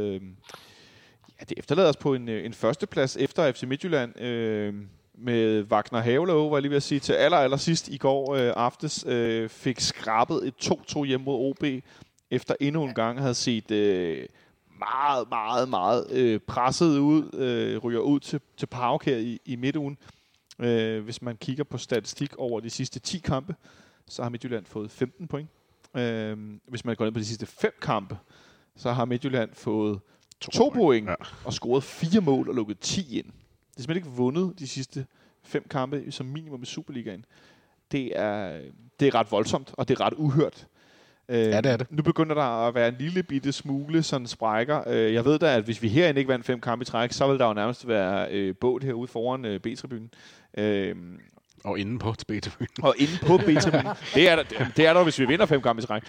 Speaker 2: os på en førsteplads efter FC Midtjylland, med Wagner Havelov, var jeg lige ved at sige, til aller sidst i går aftes, fik skrabet et 2-2 hjemme mod OB, efter endnu en gang havde set meget presset ud, ryger ud til PAOK her i midtugen. Hvis man kigger på statistik over de sidste 10 kampe, så har Midtjylland fået 15 point. Hvis man går ned på de sidste 5 kampe, så har Midtjylland fået 2 point og scoret 4 mål og lukket 10 ind. Det er simpelthen ikke vundet de sidste 5 kampe som minimum i Superligaen. Det er ret voldsomt, og det er ret uhørt.
Speaker 3: Ja, det er det.
Speaker 2: Nu begynder der at være en lille bitte smule sådan sprækker. Jeg ved da, at hvis vi herinde ikke vandt 5 kampe i træk, så vil der jo nærmest være båd herude foran B-tribunen.
Speaker 3: Og inde på B-tribunen.
Speaker 2: Og inde på B-tribunen. Det er der, hvis vi vinder 5 kampe i træk.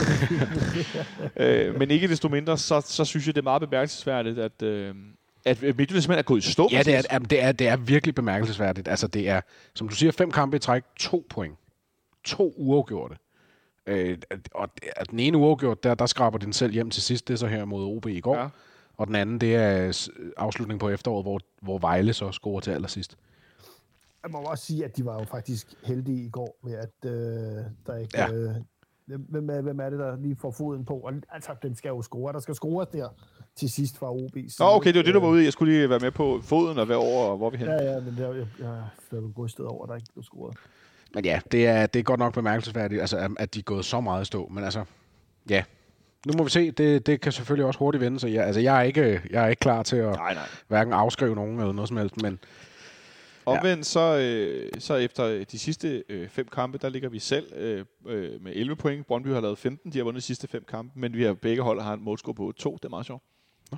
Speaker 2: Men ikke desto mindre, så synes jeg, det er meget bemærkelsesværdigt, at Midtjylland simpelthen er gået i stå.
Speaker 3: Ja, det er virkelig bemærkelsesværdigt. Altså, det er, som du siger, 5 kampe i træk, 2 point. 2 uafgjorte. Og den ene uafgjort, der skraber den selv hjem til sidst. Det er så her mod OB i går. Ja. Og den anden, det er afslutning på efteråret, hvor Vejle så scorer til allersidst.
Speaker 4: Jeg må også sige, at de var jo faktisk heldige i går med, at der ikke... Ja. Hvem er det, der lige får foden på? Og, altså, den skal jo score. Der skal scores der til sidst fra OB's.
Speaker 2: Okay, det var det, du var ude i. Jeg skulle lige være med på foden og være over, hvor vi hen.
Speaker 4: Ja, men jeg er gået sted over, der ikke blev scoret.
Speaker 3: Men ja, det er godt nok bemærkelsesværdigt, altså, at de er gået så meget i stå. Men altså, ja. Nu må vi se. Det kan selvfølgelig også hurtigt vende sig. Jeg er ikke klar til at hverken afskrive nogen eller noget som helst, men...
Speaker 2: Omvendt så efter de sidste 5 kampe, der ligger vi selv med 11 point. Brøndby har lavet 15, de har vundet de sidste 5 kampe, men vi har begge hold har en målscore på 2, det er meget sjovt.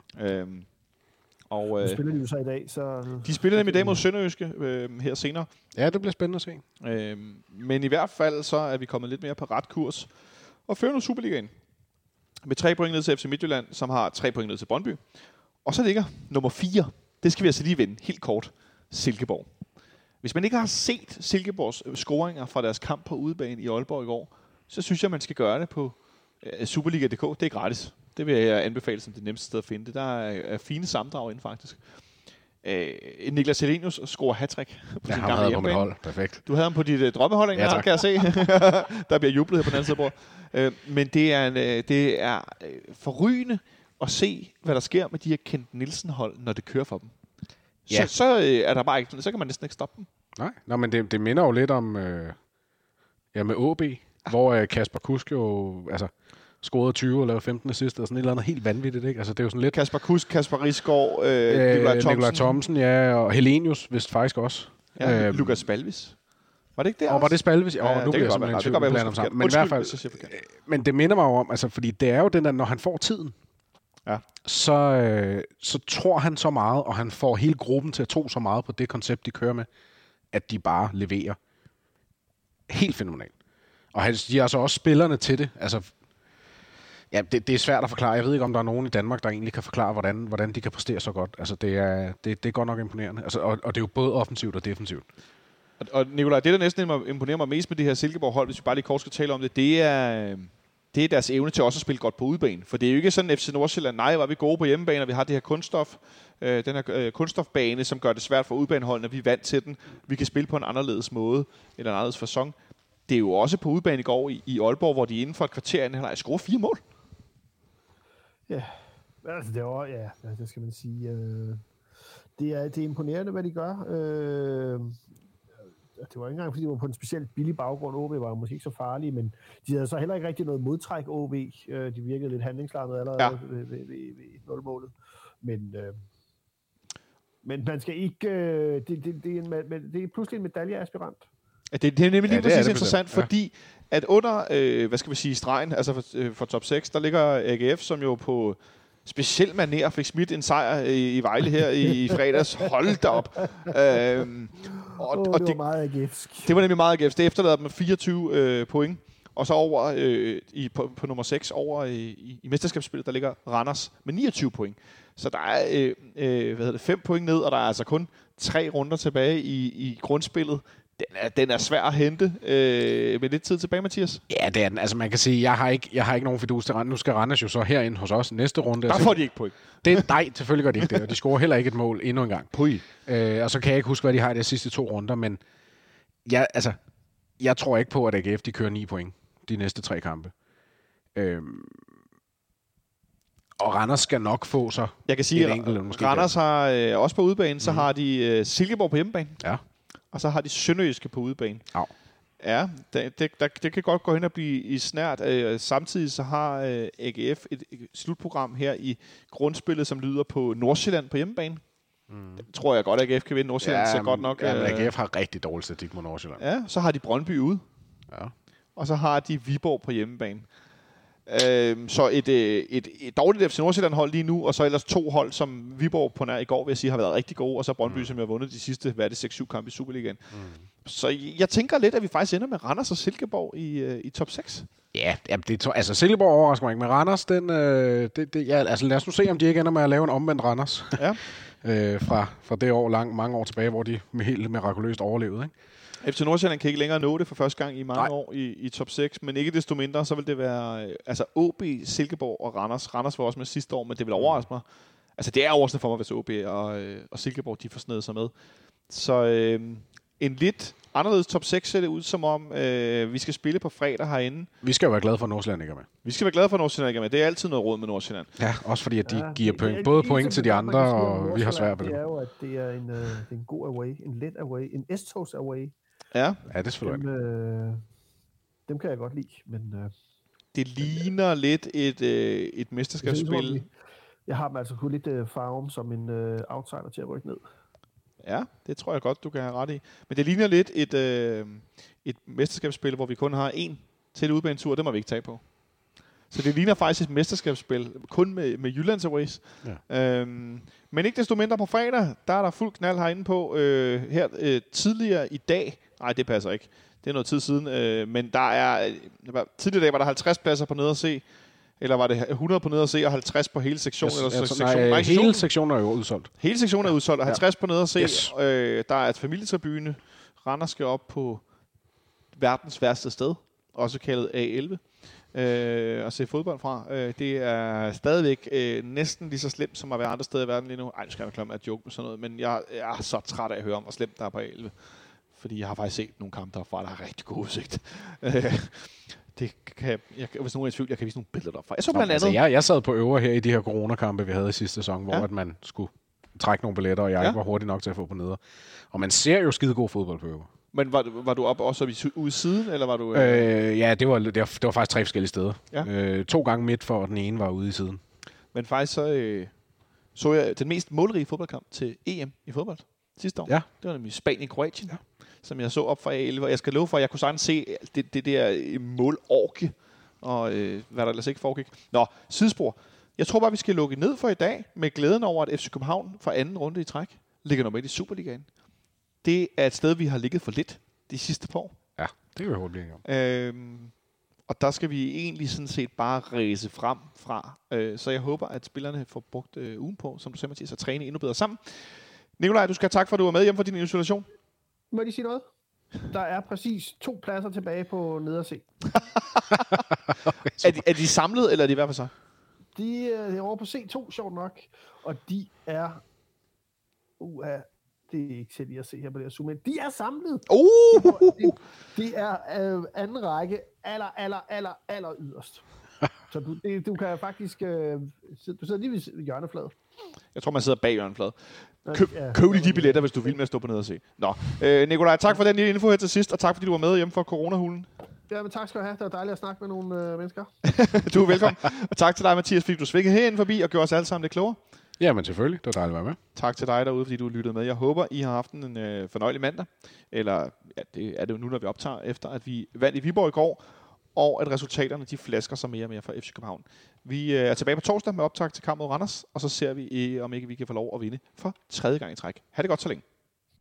Speaker 4: Og spiller de jo så i dag?
Speaker 2: De spiller dem i dag mod Sønderjyske her senere.
Speaker 3: Ja, det bliver spændende at se.
Speaker 2: Men i hvert fald så er vi kommet lidt mere på ret kurs og fører nu Superligaen med 3 point ned til FC Midtjylland, som har 3 point ned til Brøndby. Og så ligger nummer 4. Det skal vi altså lige vende helt kort. Silkeborg. Hvis man ikke har set Silkeborgs scoringer fra deres kamp på udebane i Aalborg i går, så synes jeg, man skal gøre det på Superliga.dk. Det er gratis. Det vil jeg anbefale som det nemmeste sted at finde det. Der er fine sammendrag inde, faktisk. Niklas Helenius scorer hat-trick på sin gamle hjemmebane.
Speaker 3: Hold. Perfekt.
Speaker 2: Du havde ham på dit drømmehold, ikke? Ja, kan jeg se. Der bliver jublet her på den anden side af bordet. Men det er forrygende at se, hvad der sker med de her Kent Nielsen-hold, når det kører for dem. Ja. Så er der bare ikke, så kan man næsten ikke stoppe dem.
Speaker 3: Nej, men det minder jo lidt om med OB, hvor Kasper Kusk jo scorede 20 og lavede 15 assist, og sådan et eller andet helt vanvittigt, ikke? Altså det er jo sådan lidt
Speaker 2: Kasper Kusk, Kasper Risgaard,
Speaker 3: Nikolaj Thomsen, ja, og Helenius vist faktisk også.
Speaker 2: Ja, Lukas Spalvis. Var det ikke det?
Speaker 3: Og var det Spalvis? Ja, nu bliver jeg
Speaker 2: simpelthen
Speaker 3: tvivl på planen om sammen. Men i hvert fald, men det minder mig jo om, altså fordi det er jo den der, når han får tiden, så tror han så meget, og han får hele gruppen til at tro så meget på det koncept, de kører med, at de bare leverer helt fænomenalt. Og han giver altså også spillerne til det. Altså, ja, det er svært at forklare. Jeg ved ikke, om der er nogen i Danmark, der egentlig kan forklare, hvordan de kan præstere så godt. Altså, det er godt nok imponerende. Altså, og det er jo både offensivt og defensivt.
Speaker 2: Og Nikolaj, det der næsten imponerer mig mest med det her Silkeborg-hold, hvis vi bare lige kort skal tale om det, det er deres evne til også at spille godt på udebane. For det er jo ikke sådan FC Nordsjælland, nej, var vi gode på hjemmebane, og vi har det her kunststof, den her kunststofbane, som gør det svært for udebaneholdene, vi er vant til den. Vi kan spille på en anderledes måde, eller en anderledes facon. Det er jo også på udebane i går i Aalborg, hvor de inden for et kvarter har scoret 4 mål.
Speaker 4: Ja, altså det var, det skal man sige. Det er imponerende, hvad de gør. Det var ikke engang, fordi de var på en specielt billig baggrund. OB var måske ikke så farlige, men de havde så heller ikke rigtig noget modtræk, OB. De virkede lidt handlingslammet allerede ved 0-målet. Men man skal ikke... det er pludselig en medaljeaspirant.
Speaker 2: Ja, det er nemlig lige præcis interessant,
Speaker 3: bestemt.
Speaker 2: fordi at under, stregen, altså for top 6, der ligger AGF, som jo på speciel manér fik smidt en sejr i Vejle her i fredags. Hold da op.
Speaker 4: Det var meget AGF'sk.
Speaker 2: Det var nemlig meget AGF'sk. Det efterlader dem med 24 point. Og så over på nummer 6 over i mesterskabsspillet, der ligger Randers med 29 point. Så der er 5 point ned, og der er altså kun 3 runder tilbage i grundspillet. Den er svær at hente med lidt tid tilbage, Mathias.
Speaker 3: Ja, det er den. Altså man kan sige, jeg har ikke nogen fidus til Randers. Nu skal Randers jo så herind hos os næste runde.
Speaker 2: Der får de ikke point.
Speaker 3: Nej, selvfølgelig gør de ikke det. Og de scorer heller ikke et mål endnu en gang. Og så kan jeg ikke huske, hvad de har i de sidste 2 runder. Men jeg tror ikke på, at AGF de kører 9 point de næste 3 kampe. Og Randers skal nok få så
Speaker 2: jeg kan sige, at Randers har også på udebane, så har de Silkeborg på hjemmebane. Ja. Og så har de Sønderjyske på udebane. Ja, det kan godt gå hen og blive i snært. Samtidig så har AGF et slutprogram her i grundspillet, som lyder på Nordsjælland på hjemmebane. Det tror jeg godt, at AGF kan vinde. Nordsjælland så godt nok.
Speaker 3: Ja, men AGF har rigtig dårlig statistik mod Nordsjælland.
Speaker 2: Ja, så har de Brøndby ude. Ja. Og så har de Viborg på hjemmebane. Så et dårligt FC Nordsjælland-hold lige nu, og så ellers 2 hold, som Viborg på nær i går, vil jeg sige, har været rigtig gode, og så Brøndby, som har vundet de sidste, 6-7 kampe i Superligaen. Så jeg tænker lidt, at vi faktisk ender med Randers og Silkeborg i top 6.
Speaker 3: Ja, Silkeborg overrasker mig ikke, men Randers, lad os nu se, om de ikke ender med at lave en omvendt Randers. Ja. fra det år mange år tilbage, hvor de helt mirakuløst overlevede, ikke?
Speaker 2: FC Nordsjælland kan ikke længere nå det for første gang i mange år i top 6, men ikke desto mindre, så vil det være OB, Silkeborg og Randers. Randers var også med sidste år, men det vil overraske mig. Altså, det er overraskende for mig, hvis OB og Silkeborg, de får snedet sig med. Så en lidt anderledes top 6 ser det ud, som om vi skal spille på fredag herinde.
Speaker 3: Vi skal jo være glade for, at Nordsjælland ikke er med.
Speaker 2: Vi skal være glade for, at Nordsjælland ikke er med. Det er altid noget råd med Nordsjælland.
Speaker 3: Ja, også fordi, at de giver både point til de andre, og vi har svært ved det.
Speaker 4: Det er jo, at det er en god away, en let away, en S-togs away.
Speaker 2: Ja,
Speaker 3: det er selvfølgelig.
Speaker 4: Dem kan jeg godt lide, men...
Speaker 2: det ligner lidt et mesterskabsspil.
Speaker 4: Jeg har dem altså kun lidt farven som en outsider til at rykke ned.
Speaker 2: Ja, det tror jeg godt, du kan have ret i. Men det ligner lidt et mesterskabsspil, hvor vi kun har en til udbanetur, det må vi ikke tage på. Så det ligner faktisk et mesterskabsspil, kun med Jyllands Aways. Ja. Men ikke desto mindre på fredag, der er der fuld knald herinde på. Tidligere i dag, nej det passer ikke, det er noget tid siden, men der er, tidligere i dag var der 50 pladser på nede at se, eller var det 100 på nede at se, og 50 på hele sektionen?
Speaker 3: Hele sektionen er jo udsolgt.
Speaker 2: Hele sektionen er udsolgt, og 50 på nede at se. Yes. Der er et familietribune. Randers skal op på verdens værste sted, også kaldet A11. At se fodbold fra. Det er stadigvæk næsten lige så slemt, som at være andre steder i verden lige nu. Ej, nu skal jeg klare at joke med sådan noget, men jeg er så træt af at høre om, hvor slemt der er på A11. Fordi jeg har faktisk set nogle kampe derfra, der har rigtig god udsigt. Hvis nogen er i tvivl, jeg kan vise nogle billeder derfra. Jeg så blandt andet...
Speaker 3: Jeg sad på øver her i de her coronakampe, vi havde i sidste sæson, hvor at man skulle trække nogle billetter, og jeg ikke var hurtig nok til at få på neder. Og man ser jo skide god fodbold på øver.
Speaker 2: Men var du op også ude siden, eller var du...
Speaker 3: Ja, det var faktisk 3 forskellige steder. Ja. 2 gange midt for, og den ene var ude i siden.
Speaker 2: Men faktisk så jeg den mest målrige fodboldkamp til EM i fodbold sidste år. Ja. Det var nemlig Spanien-Kroatien, som jeg så op fra A11. Og jeg skal love for, at jeg kunne sagtens se det der målorke, og hvad der ellers ikke foregik. Nå, sidespor. Jeg tror bare, vi skal lukke ned for i dag med glæden over, at FC København for anden runde i træk ligger nummer 1 i Superligaen. Det er et sted, vi har ligget for lidt de sidste par år.
Speaker 3: Ja, det kan vi hurtigt om.
Speaker 2: Og der skal vi egentlig sådan set bare ræse frem fra. Så jeg håber, at spillerne får brugt ugen på, som du sagde, Mathias, at træne endnu bedre sammen. Nikolaj, du skal have tak for, at du var med hjemme for din isolation.
Speaker 4: Må jeg lige sige noget? Der er præcis 2 pladser tilbage på nede at se.
Speaker 2: Er de samlet, eller er de i hvert fald så?
Speaker 4: De er over på C2, sjovt nok. Og de er... det er ikke til lige at se her på det her Zoom, men de er samlet. Det er anden række, aller yderst. Så du kan faktisk... du sidder lige ved hjørnefladet.
Speaker 2: Jeg tror, man sidder bag hjørnefladet. Køb lige de billetter, hvis du vil med at stå på ned og se. Nå, Nikolaj, tak for den lille info her til sidst, og tak fordi du var med hjemme for coronahulen.
Speaker 4: Ja, men tak skal du have. Det var dejligt at snakke med nogle mennesker.
Speaker 2: Du er velkommen. Og tak til dig, Mathias, fordi du svingede herinde forbi og gjorde os alle sammen lidt klogere.
Speaker 3: Jamen selvfølgelig, det var dejligt at være med.
Speaker 2: Tak til dig derude, fordi du lyttede med. Jeg håber, I har haft en fornøjelig mandag. Eller ja, det er det jo nu, når vi optager, efter at vi vandt i Viborg i går, og at resultaterne de flasker sig mere og mere fra FC København. Vi er tilbage på torsdag med optag til kamp mod Randers, og så ser vi, om ikke vi kan få lov at vinde for 3. gang i træk. Ha' det godt så længe.